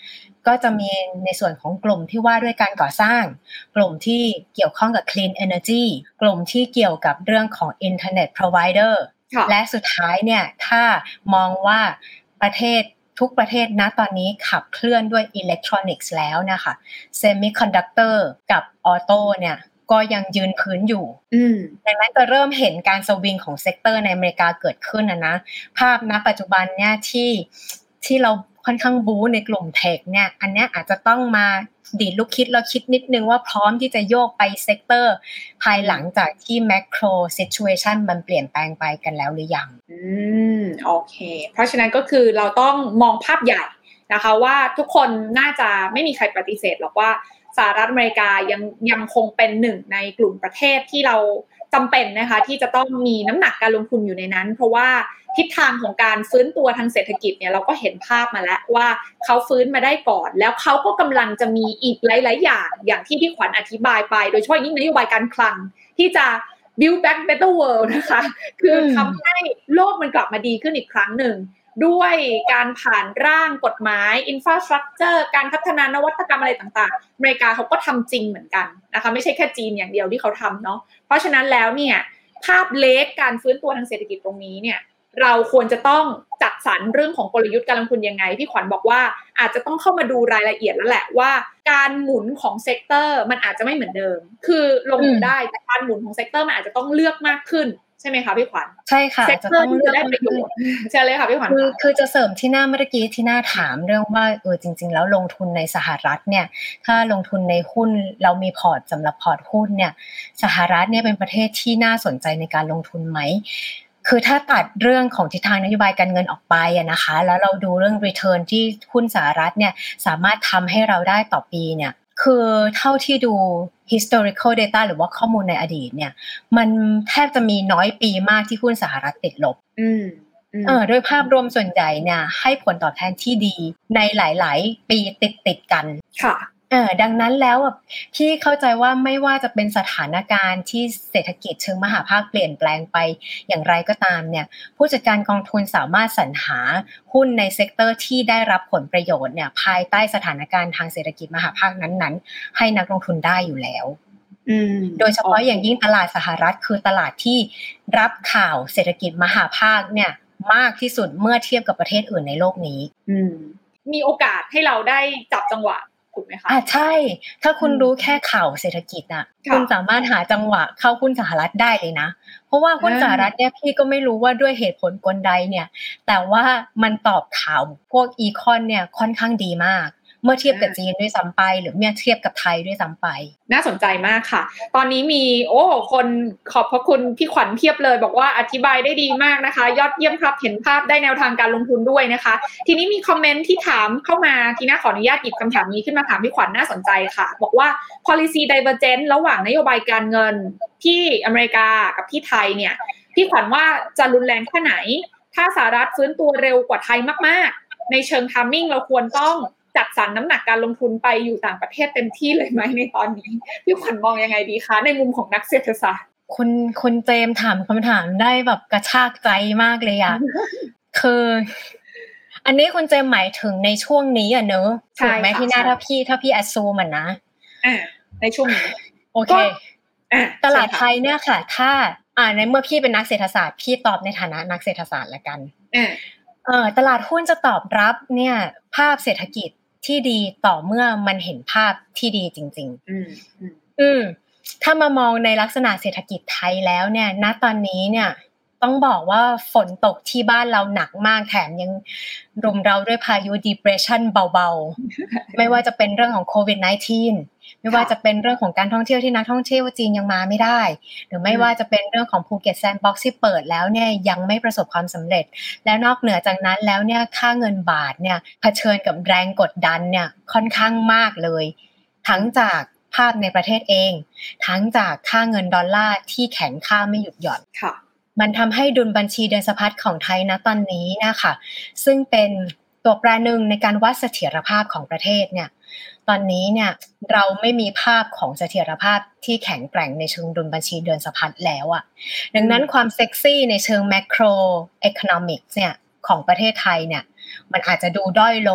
ก็จะมีในส่วนของกลุ่มที่ว่าด้วยการก่อสร้างกลุ่มที่เกี่ยวข้องกับ clean energy กลุ่มที่เกี่ยวกับเรื่องของ internet provider และสุดท้ายเนี่ยถ้ามองว่าประเทศทุกประเทศณตอนนี้ขับเคลื่อนด้วยอิเล็กทรอนิกส์แล้วนะคะ semiconductor กับออโต้เนี่ยก็ยังยืนพื้นอยู่ดังนั้นจะเริ่มเห็นการสวิงของเซกเตอร์ในอเมริกาเกิดขึ้นนะนะภาพณปัจจุบันเนี่ยที่ที่เราค่อนข้างบู๊ในกลุ่มเทคเนี่ยอันนี้อาจจะต้องมาดีดลูกคิดแล้วคิดนิดนึงว่าพร้อมที่จะโยกไปเซกเตอร์ภายหลังจากที่แมคโครซิทูเอชันมันเปลี่ยนแปลงไปกันแล้วหรือยังอืมโอเคเพราะฉะนั้นก็คือเราต้องมองภาพใหญ่นะคะว่าทุกคนน่าจะไม่มีใครปฏิเสธหรอกว่าสหรัฐอเมริกายังยังคงเป็นหนึ่งในกลุ่มประเทศที่เราจำเป็นนะคะที่จะต้องมีน้ำหนักการลงทุนอยู่ในนั้นเพราะว่าทิศทางของการฟื้นตัวทางเศรษฐกิจเนี่ยเราก็เห็นภาพมาแล้วว่าเขาฟื้นมาได้ก่อนแล้วเขาก็กำลังจะมีอีกหลายๆอย่างอย่างที่พี่ขวัญอธิบายไปโดยเฉพาะยิ่งนโยบายการคลังที่จะ build back better world นะคะคือทำให้โลกมันกลับมาดีขึ้นอีกครั้งหนึ่งด้วยการผ่านร่างกฎหมาย infrastructure การพัฒนานวัตกรรมอะไรต่างๆอเมริกาเขาก็ทำจริงเหมือนกันนะคะไม่ใช่แค่จีนอย่างเดียวที่เขาทำเนาะเพราะฉะนั้นแล้วเนี่ยภาพเล็กการฟื้นตัวทางเศรษฐกิจตรงนี้เนี่ยเราควรจะต้องจัดสรรเรื่องของกลยุทธ์การลงทุนยังไงพี่ขวัญบอกว่าอาจจะต้องเข้ามาดูรายละเอียดแล้วแหละว่าการหมุนของเซกเตอร์มันอาจจะไม่เหมือนเดิมคือลงทุนได้แต่การหมุนของเซกเตอร์มันอาจจะต้องเลือกมากขึ้นใช่ไหมคะพี่ขวัญใช่ค่ะจะต้องเลือกได้ประโยชน์ใช่เลยค่ะพี่ขวัญคือคือจะเสริมที่หน้าเมื่อกี้ที่หน้าถามเรื่องว่าเออจริงๆแล้วลงทุนในสหรัฐเนี่ยถ้าลงทุนในหุ้นเรามีพอร์ตสำหรับพอร์ตหุ้นเนี่ยสหรัฐเนี่ยเป็นประเทศที่น่าสนใจในการลงทุนไหมคือถ้าตัดเรื่องของทิศทางนโยบายการเงินออกไปอะนะคะแล้วเราดูเรื่อง return ที่หุ้นสหรัฐเนี่ยสามารถทำให้เราได้ต่อปีเนี่ยคือเท่าที่ดู historical data หรือว่าข้อมูลในอดีตเนี่ยมันแทบจะมีน้อยปีมากที่หุ้นสหรัฐติดลบอืมเออโดยภาพรวมส่วนใหญ่เนี่ยให้ผลตอบแทนที่ดีในหลายๆปีติดๆกันค่ะเออดังนั้นแล้วพี่เข้าใจว่าไม่ว่าจะเป็นสถานการณ์ที่เศรษฐกิจเชิงมหาภาคเปลี่ยนแปลงไปอย่างไรก็ตามเนี่ยผู้จัดการกองทุนสามารถสรรหาหุ้นในเซกเตอร์ที่ได้รับผลประโยชน์เนี่ยภายใต้สถานการณ์ทางเศรษฐกิจมหาภาคนั้นๆให้นักลงทุนได้อยู่แล้วโดยเฉพาะอย่างยิ่งตลาดสหรัฐคือตลาดที่รับข่าวเศรษฐกิจมหาภาคเนี่ยมากที่สุดเมื่อเทียบกับประเทศอื่นในโลกนี้มีโอกาสให้เราได้จับจังหวะถูกไหมคะอ่าใช่ถ้าคุณรู้แค่ข่าวเศรษฐกิจน่ะคุณสามารถหาจังหวะเข้าหุ้นสหรัฐได้เลยนะเพราะว่าหุ้นสหรัฐเนี่ยพี่ก็ไม่รู้ว่าด้วยเหตุผลกลใดเนี่ยแต่ว่ามันตอบข่าวพวกอีคอนเนี่ยค่อนข้างดีมากเมื่อเทียบกับจีนด้วยซ้ำไปหรือเมื่อเทียบกับไทยด้วยซ้ำไปน่าสนใจมากค่ะตอนนี้มีโอ้คนขอบพระคุณพี่ขวัญเพียบเลยบอกว่าอธิบายได้ดีมากนะคะยอดเยี่ยมครับเห็นภาพได้แนวทางการลงทุนด้วยนะคะทีนี้มีคอมเมนต์ที่ถามเข้ามาทีน่าขออนุญาตหยิบคำถามนี้ขึ้นมาถามพี่ขวัญน่าสนใจค่ะบอกว่า policy divergence ระหว่างนโยบายการเงินที่อเมริกากับที่ไทยเนี่ยพี่ขวัญว่าจะรุนแรงแค่ไหนถ้าสหรัฐฟื้นตัวเร็วกว่าไทยมากๆในเชิง timing เราควรต้องจัดสรรน้ำหนักการลงทุนไปอยู่ต่างประเทศเต็มที่เลยไหมในตอนนี้พี่ขวัญมองยังไงดีคะในมุมของนักเศรษฐศาสตร์คุณคุณเจมถามคำถามได้แบบกระชากใจมากเลยอะคืออันนี้คุณเจมหมายถึงในช่วงนี้อะเนอะถูกไหมพี่นาถ้าพี่ถ้าพี่แอสซูมันนะอ่าในช่วงนี้โอเคตลาดไทยเนี่ยค่ะถ้าอ่าในเมื่อพี่เป็นนักเศรษฐศาสตร์พี่ตอบในฐานะนักเศรษฐศาสตร์ละกันเออตลาดหุ้นจะตอบรับเนี่ยภาพเศรษฐกิจที่ดีต่อเมื่อมันเห็นภาพที่ดีจริงๆอืมอืมถ้ามามองในลักษณะเศรษฐกิจไทยแล้วเนี่ยณตอนนี้เนี่ยต้องบอกว่าฝนตกที่บ้านเราหนักมากแถมยังรุมเราด้วยพายุ depression เบาๆไม่ว่าจะเป็นเรื่องของโควิด สิบเก้า ไม่ว่าจะเป็นเรื่องของการท่องเที่ยวที่นักท่องเที่ยวจีนยังมาไม่ได้หรือไม่ว่าจะเป็นเรื่องของภูเก็ตแซนด์บ็อกซ์ที่เปิดแล้วเนี่ยยังไม่ประสบความสำเร็จแล้วนอกเหนือจากนั้นแล้วเนี่ยค่าเงินบาทเนี่ยเผชิญกับแรงกดดันเนี่ยค่อนข้างมากเลยทั้งจากภาพในประเทศเองทั้งจากค่าเงินดอลลาร์ที่แข็งค่าไม่หยุดหย่อนค่ะมันทำให้ดุลบัญชีเดินสะพัดของไทยณตอนนี้นะคะซึ่งเป็นตัวแปรหนึ่งในการวัดเสถียรภาพของประเทศเนี่ยตอนนี้เนี่ยเราไม่มีภาพของเสถียรภาพที่แข็งแกร่งในเชิงดุลบัญชีเดินสะพัดแล้วอ่ะดังนั้นความเซ็กซี่ในเชิงแมคโรอีโคโนมิกส์เนี่ยของประเทศไทยเนี่ยมันอาจจะดูด้อยลง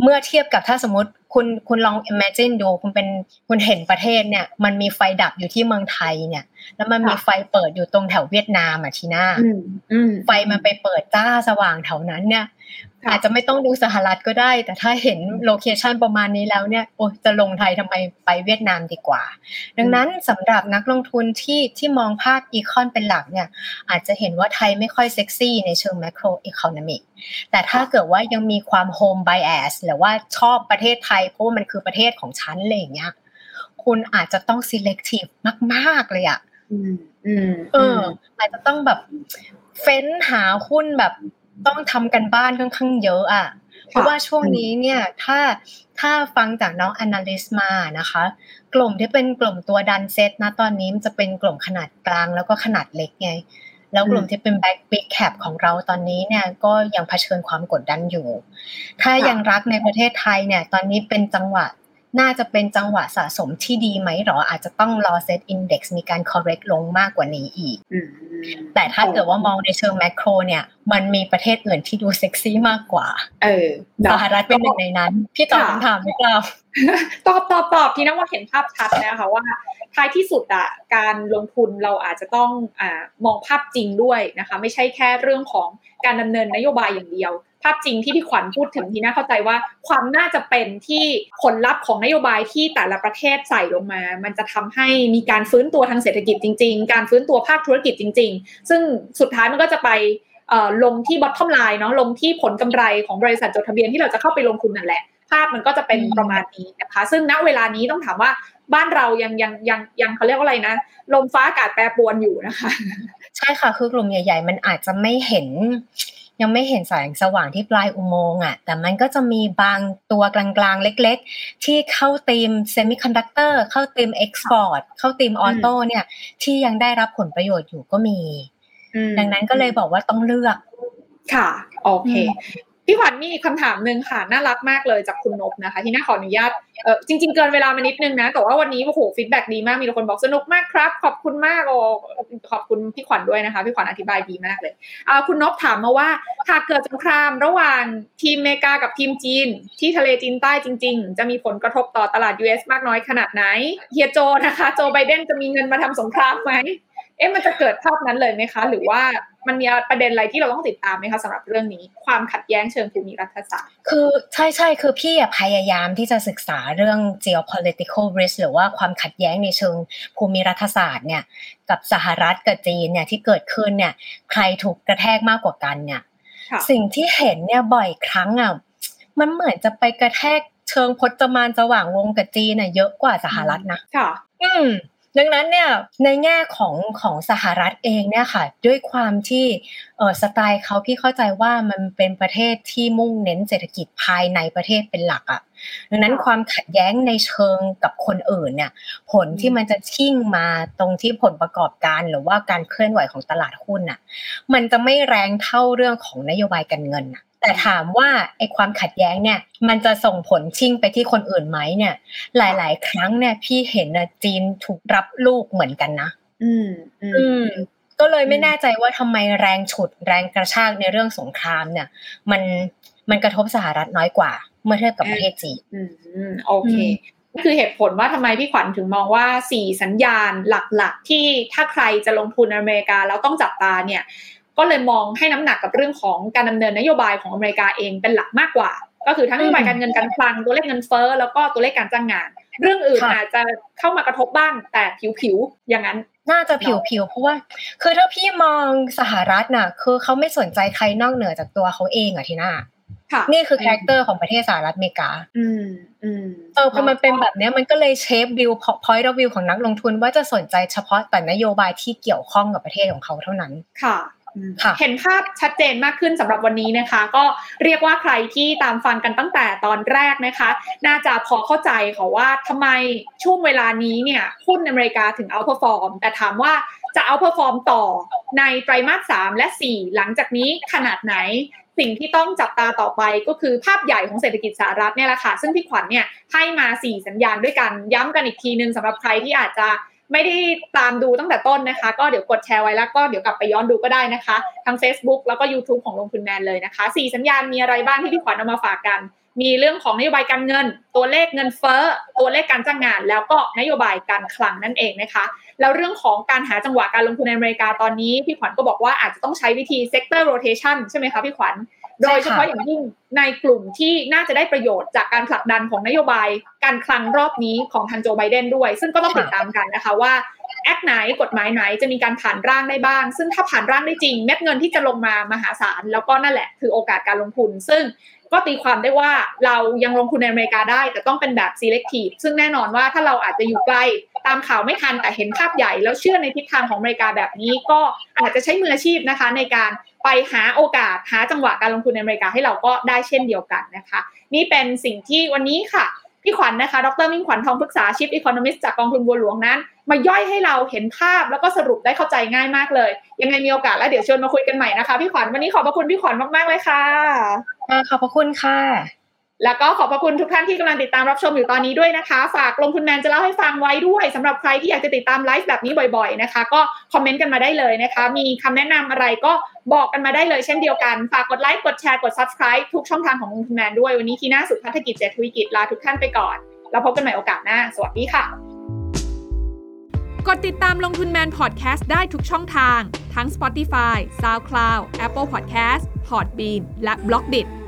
เมื่อเทียบกับถ้าสมมติคุณคุณลอง imagine ดูคุณเป็นคุณเห็นประเทศเนี่ยมันมีไฟดับอยู่ที่เมืองไทยเนี่ยแล้วมันมีไฟเปิดอยู่ตรงแถวเวียดนามอ่ะทีน่าไฟมันไปเปิดจ้าสว่างแถวนั้นเนี่ยอาจจะไม่ต้องดูสหรัฐก็ได้แต่ถ้าเห็นโลเคชันประมาณนี้แล้วเนี่ยโอ้จะลงไทยทำไมไปเวียดนามดีกว่าดังนั้นสำหรับนักลงทุนที่ที่มองภาพอีคอนเป็นหลักเนี่ยอาจจะเห็นว่าไทยไม่ค่อยเซ็กซี่ในเชิงแมคโครอีโคโนมิกแต่ถ้าเกิดว่ายังมีความโฮมไบแอสหรือว่าชอบประเทศไทยเพราะว่ามันคือประเทศของฉันอะไรอย่างเงี้ยคุณอาจจะต้อง selective มากๆเลยอ่ะอืมอืมเอออาจจะต้องแบบเฟ้นหาหุ้นแบบต้องทำกันบ้านค่อนข้างเยอะอ่ะเพราะว่าช่วงนี้เนี่ยถ้าถ้าฟังจากน้อง analyst มานะคะกลุ่มที่เป็นกลุ่มตัวดันเซ็ตนะตอนนี้มันจะเป็นกลุ่มขนาดกลางแล้วก็ขนาดเล็กไงแล้วกลุ่มที่เป็น back big cap ของเราตอนนี้เนี่ยก็ยังเผชิญความกดดันอยู่ถ้ายังรักในประเทศไทยเนี่ยตอนนี้เป็นจังหวะน่าจะเป็นจังหวะสะสมที่ดีไหมหรออาจจะต้องรอ set index มีการ correct ลงมากกว่านี้อีกแต่ถ้าเกิดว่ามองในเชิงแมคโครเนี่ยมันมีประเทศอื่นที่ดูเซ็กซี่มากกว่าเออสหรัฐเป็นหนึ่งในนั้นพี่ตอบคำถามไม่กล้าตอบตอบตอบที่นั่นว่าเห็นภาพชัดนะคะว่าท้ายที่สุดอ่ะการลงทุนเราอาจจะต้องอ่ามองภาพจริงด้วยนะคะไม่ใช่แค่เรื่องของการดำเนินนโยบายอย่างเดียวภาพจริงที่พี่ขวัญพูดถึงที่น่าเข้าใจว่าความน่าจะเป็นที่ผลลัพธ์ของนโยบายที่แต่ละประเทศใส่ลงมามันจะทำให้มีการฟื้นตัวทางเศรษฐกิจจริงๆการฟื้นตัวภาคธุรกิจจริงๆซึ่งสุดท้ายมันก็จะไปเอ่อลงที่ bottom line เนาะลงที่ผลกำไรของบริษัทจดทะเบียนที่เราจะเข้าไปลงทุนนั่นแหละภาพมันก็จะเป็นประมาณนี้นะคะซึ่งณเวลานี้ต้องถามว่าบ้านเรายังยังยังยังเขาเรียกว่าอะไรนะลมฟ้าอากาศแปรปรวนอยู่นะคะใช่ค่ะคือกลุ่มใหญ่ๆมันอาจจะไม่เห็นยังไม่เห็นแสงสว่างที่ปลายอุโมงค์อ่ะแต่มันก็จะมีบางตัวกลางๆเล็กๆที่เข้าธีมเซมิคอนดักเตอร์เข้าธีมเอ็กซ์พอร์ตเข้าธีมออโต้เนี่ยที่ยังได้รับผลประโยชน์อยู่ก็มีดังนั้นก็เลยบอกว่าต้องเลือกค่ะโอเคพี่ขวัญมีคำถามนึงค่ะน่ารักมากเลยจากคุณนพนะคะที่น่าขออนุญาตเออจริงๆเกินเวลามานิดนึงนะแต่ว่าวันนี้โอ้โหฟีดแบ็กดีมากมีคนบอกสนุกมากครับขอบคุณมากโอ้ขอบคุณพี่ขวัญด้วยนะคะพี่ขวัญอธิบายดีมากเลยอ่าคุณนพถามมาว่าหากเกิดสงครามระหว่างทีมอเมริกากับทีมจีนที่ทะเลจีนใต้จริงๆจะมีผลกระทบต่อตลาด ยู เอส มากน้อยขนาดไหนเฮียโจนะคะโจไบเดนจะมีเงินมาทำสงครามไหมเอ๊ะมันจะเกิดภาพนั้นเลยไหมคะหรือว่ามันมีประเด็นอะไรที่เราต้องติดตามไหมคะสำหรับเรื่องนี้ความขัดแย้งเชิงภูมิรัฐศาสตร์คือใช่ๆคือพี่พยายามที่จะศึกษาเรื่อง geopolitical risk หรือว่าความขัดแย้งในเชิงภูมิรัฐศาสตร์เนี่ยกับสหรัฐกับจีนเนี่ยที่เกิดขึ้นเนี่ยใครถูกกระแทกมากกว่ากันเนี่ยสิ่งที่เห็นเนี่ยบ่อยครั้งอ่ะมันเหมือนจะไปกระแทกเชิงพจมานสว่างวงกับจีนน่ะเยอะกว่าสหรัฐนะค่ะอืมดังนั้นเนี่ยในแง่ของของสหรัฐเองเนี่ยค่ะด้วยความที่เอ่อสไตล์เขาพี่เข้าใจว่ามันเป็นประเทศที่มุ่งเน้นเศรษฐกิจภายในประเทศเป็นหลักอ่ะดังนั้นความขัดแย้งในเชิงกับคนอื่นเนี่ยผลที่มันจะชิ่งมาตรงที่ผลประกอบการหรือว่าการเคลื่อนไหวของตลาดหุ้นน่ะมันจะไม่แรงเท่าเรื่องของนโยบายการเงินน่ะแต่ถามว่าไอ้ความขัดแย้งเนี่ยมันจะส่งผลชิ่งไปที่คนอื่นไหมเนี่ยหลายๆครั้งเนี่ยพี่เห็นนะจีนถูกรับลูกเหมือนกันนะอืมอืมก็เลยไม่แน่ใจว่าทำไมแรงฉุดแรงกระชากในเรื่องสงครามเนี่ยมันมันกระทบสหรัฐน้อยกว่าเมื่อเทียบกับประเทศจีนอืมโอเคนี่คือเหตุผลว่าทำไมพี่ขวัญถึงมองว่าสี่สัญญาณหลักๆที่ถ้าใครจะลงทุนอเมริกาแล้วต้องจับตาเนี่ยก็เลยมองให้น้ำหนักกับเรื่องของการดำเนินนโยบายของอเมริกาเองเป็นหลักมากกว่าก็คือทั้งนโยบายการเงินการคลังตัวเลขเงินเฟ้อแล้วก็ตัวเลขการจ้างงานเรื่องอื่นอาจจะเข้ามากระทบบ้างแต่ผิวๆอย่างนั้นน่าจะผิวๆเพราะว่าคือถ้าพี่มองสหรัฐน่ะคือเขาไม่สนใจใครนอกเหนือจากตัวเขาเองอะทีน่านี่คือคาแรคเตอร์ของประเทศสหรัฐอเมริกาอืมอืมเออพอมันเป็นแบบนี้มันก็เลยเชฟวิวพอยต์ออฟวิวของนักลงทุนว่าจะสนใจเฉพาะแต่นโยบายที่เกี่ยวข้องกับประเทศของเขาเท่านั้นค่ะเห็นภาพชัดเจนมากขึ้นสำหรับวันนี้นะคะก็เรียกว่าใครที่ตามฟังกันตั้งแต่ตอนแรกนะคะน่าจะพอเข้าใจค่ะว่าทำไมช่วงเวลานี้เนี่ยหุ้นอเมริกาถึง outperform แต่ถามว่าจะ outperform ต่อในไตรมาสสามและสี่หลังจากนี้ขนาดไหนสิ่งที่ต้องจับตาต่อไปก็คือภาพใหญ่ของเศรษฐกิจสหรัฐเนี่ยแหละค่ะซึ่งพี่ขวัญเนี่ยให้มาสี่สัญญาณด้วยกันย้ำกันอีกทีนึงสำหรับใครที่อาจจะไม่ได้ตามดูตั้งแต่ต้นนะคะก็เดี๋ยวกดแชร์ไว้แล้วก็เดี๋ยวกลับไปย้อนดูก็ได้นะคะทาง Facebook แล้วก็ YouTube ของลงทุนแมนเลยนะคะสี่สัญญาณมีอะไรบ้างที่พี่ขวัญเอามาฝากกันมีเรื่องของนโยบายการเงินตัวเลขเงินเฟ้อตัวเลขการจ้างงานแล้วก็นโยบายการคลังนั่นเองนะคะแล้วเรื่องของการหาจังหวะการลงทุนในอเมริกาตอนนี้พี่ขวัญก็บอกว่าอาจจะต้องใช้วิธี sector rotation ใช่ไหมคะพี่ขวัญโดยเฉพาะอย่างยิ่งในกลุ่มที่น่าจะได้ประโยชน์จากการผลักดันของนโยบายการคลังรอบนี้ของทางโจไบเดนด้วยซึ่งก็ต้องติดตามกันนะคะว่าแอคไหนกฎหมายไหนจะมีการผ่านร่างได้บ้างซึ่งถ้าผ่านร่างได้จริงเม็ดเงินที่จะลงมามหาศาลแล้วก็นั่นแหละคือโอกาสการลงทุนซึ่งก็ตีความได้ว่าเรายังลงทุนในอเมริกาได้แต่ต้องเป็นแบบ selective ซึ่งแน่นอนว่าถ้าเราอาจจะอยู่ไกลตามข่าวไม่ทันแต่เห็นภาพใหญ่แล้วเชื่อในทิศทางของอเมริกาแบบนี้ก็อาจจะใช้มืออาชีพนะคะในการไปหาโอกาสหาจังหวะการลงทุนในอเมริกาให้เราก็ได้เช่นเดียวกันนะคะนี่เป็นสิ่งที่วันนี้ค่ะพี่ขวัญ นะคะดร.มิ่งขวัญทองพฤกษา Chief Economist จากกองทุนบัวหลวงนั้นมาย่อยให้เราเห็นภาพแล้วก็สรุปได้เข้าใจง่ายมากเลยยังไงมีโอกาสแล้วเดี๋ยวชวนมาคุยกันใหม่นะคะพี่ขวัญวันนี้ขอบพระคุณพี่ขวัญมากๆเลยค่ะขอบพระคุณค่ะแล้วก็ขอบพระคุณทุกท่านที่กำลังติดตามรับชมอยู่ตอนนี้ด้วยนะคะฝากลงทุนแมนจะเล่าให้ฟังไว้ด้วยสำหรับใครที่อยากจะติดตามไลฟ์แบบนี้บ่อยๆนะคะก็คอมเมนต์กันมาได้เลยนะคะมีคำแนะนำอะไรก็บอกกันมาได้เลยเช่นเดียวกันฝากกดไลค์กดแชร์กด Subscribe ทุกช่องทางของลงทุนแมนด้วยวันนี้ทีน่าสุดพัฒกิจเจตทวีกิจลาทุกท่านไปก่อนแล้วพบกันใหม่โอกาสหน้าสวัสดีค่ะกดติดตามลงทุนแมนพอดแคสต์ได้ทุกช่องทางทั้ง Spotify, SoundCloud, Apple Podcast, Podbean และ บล็อกดิต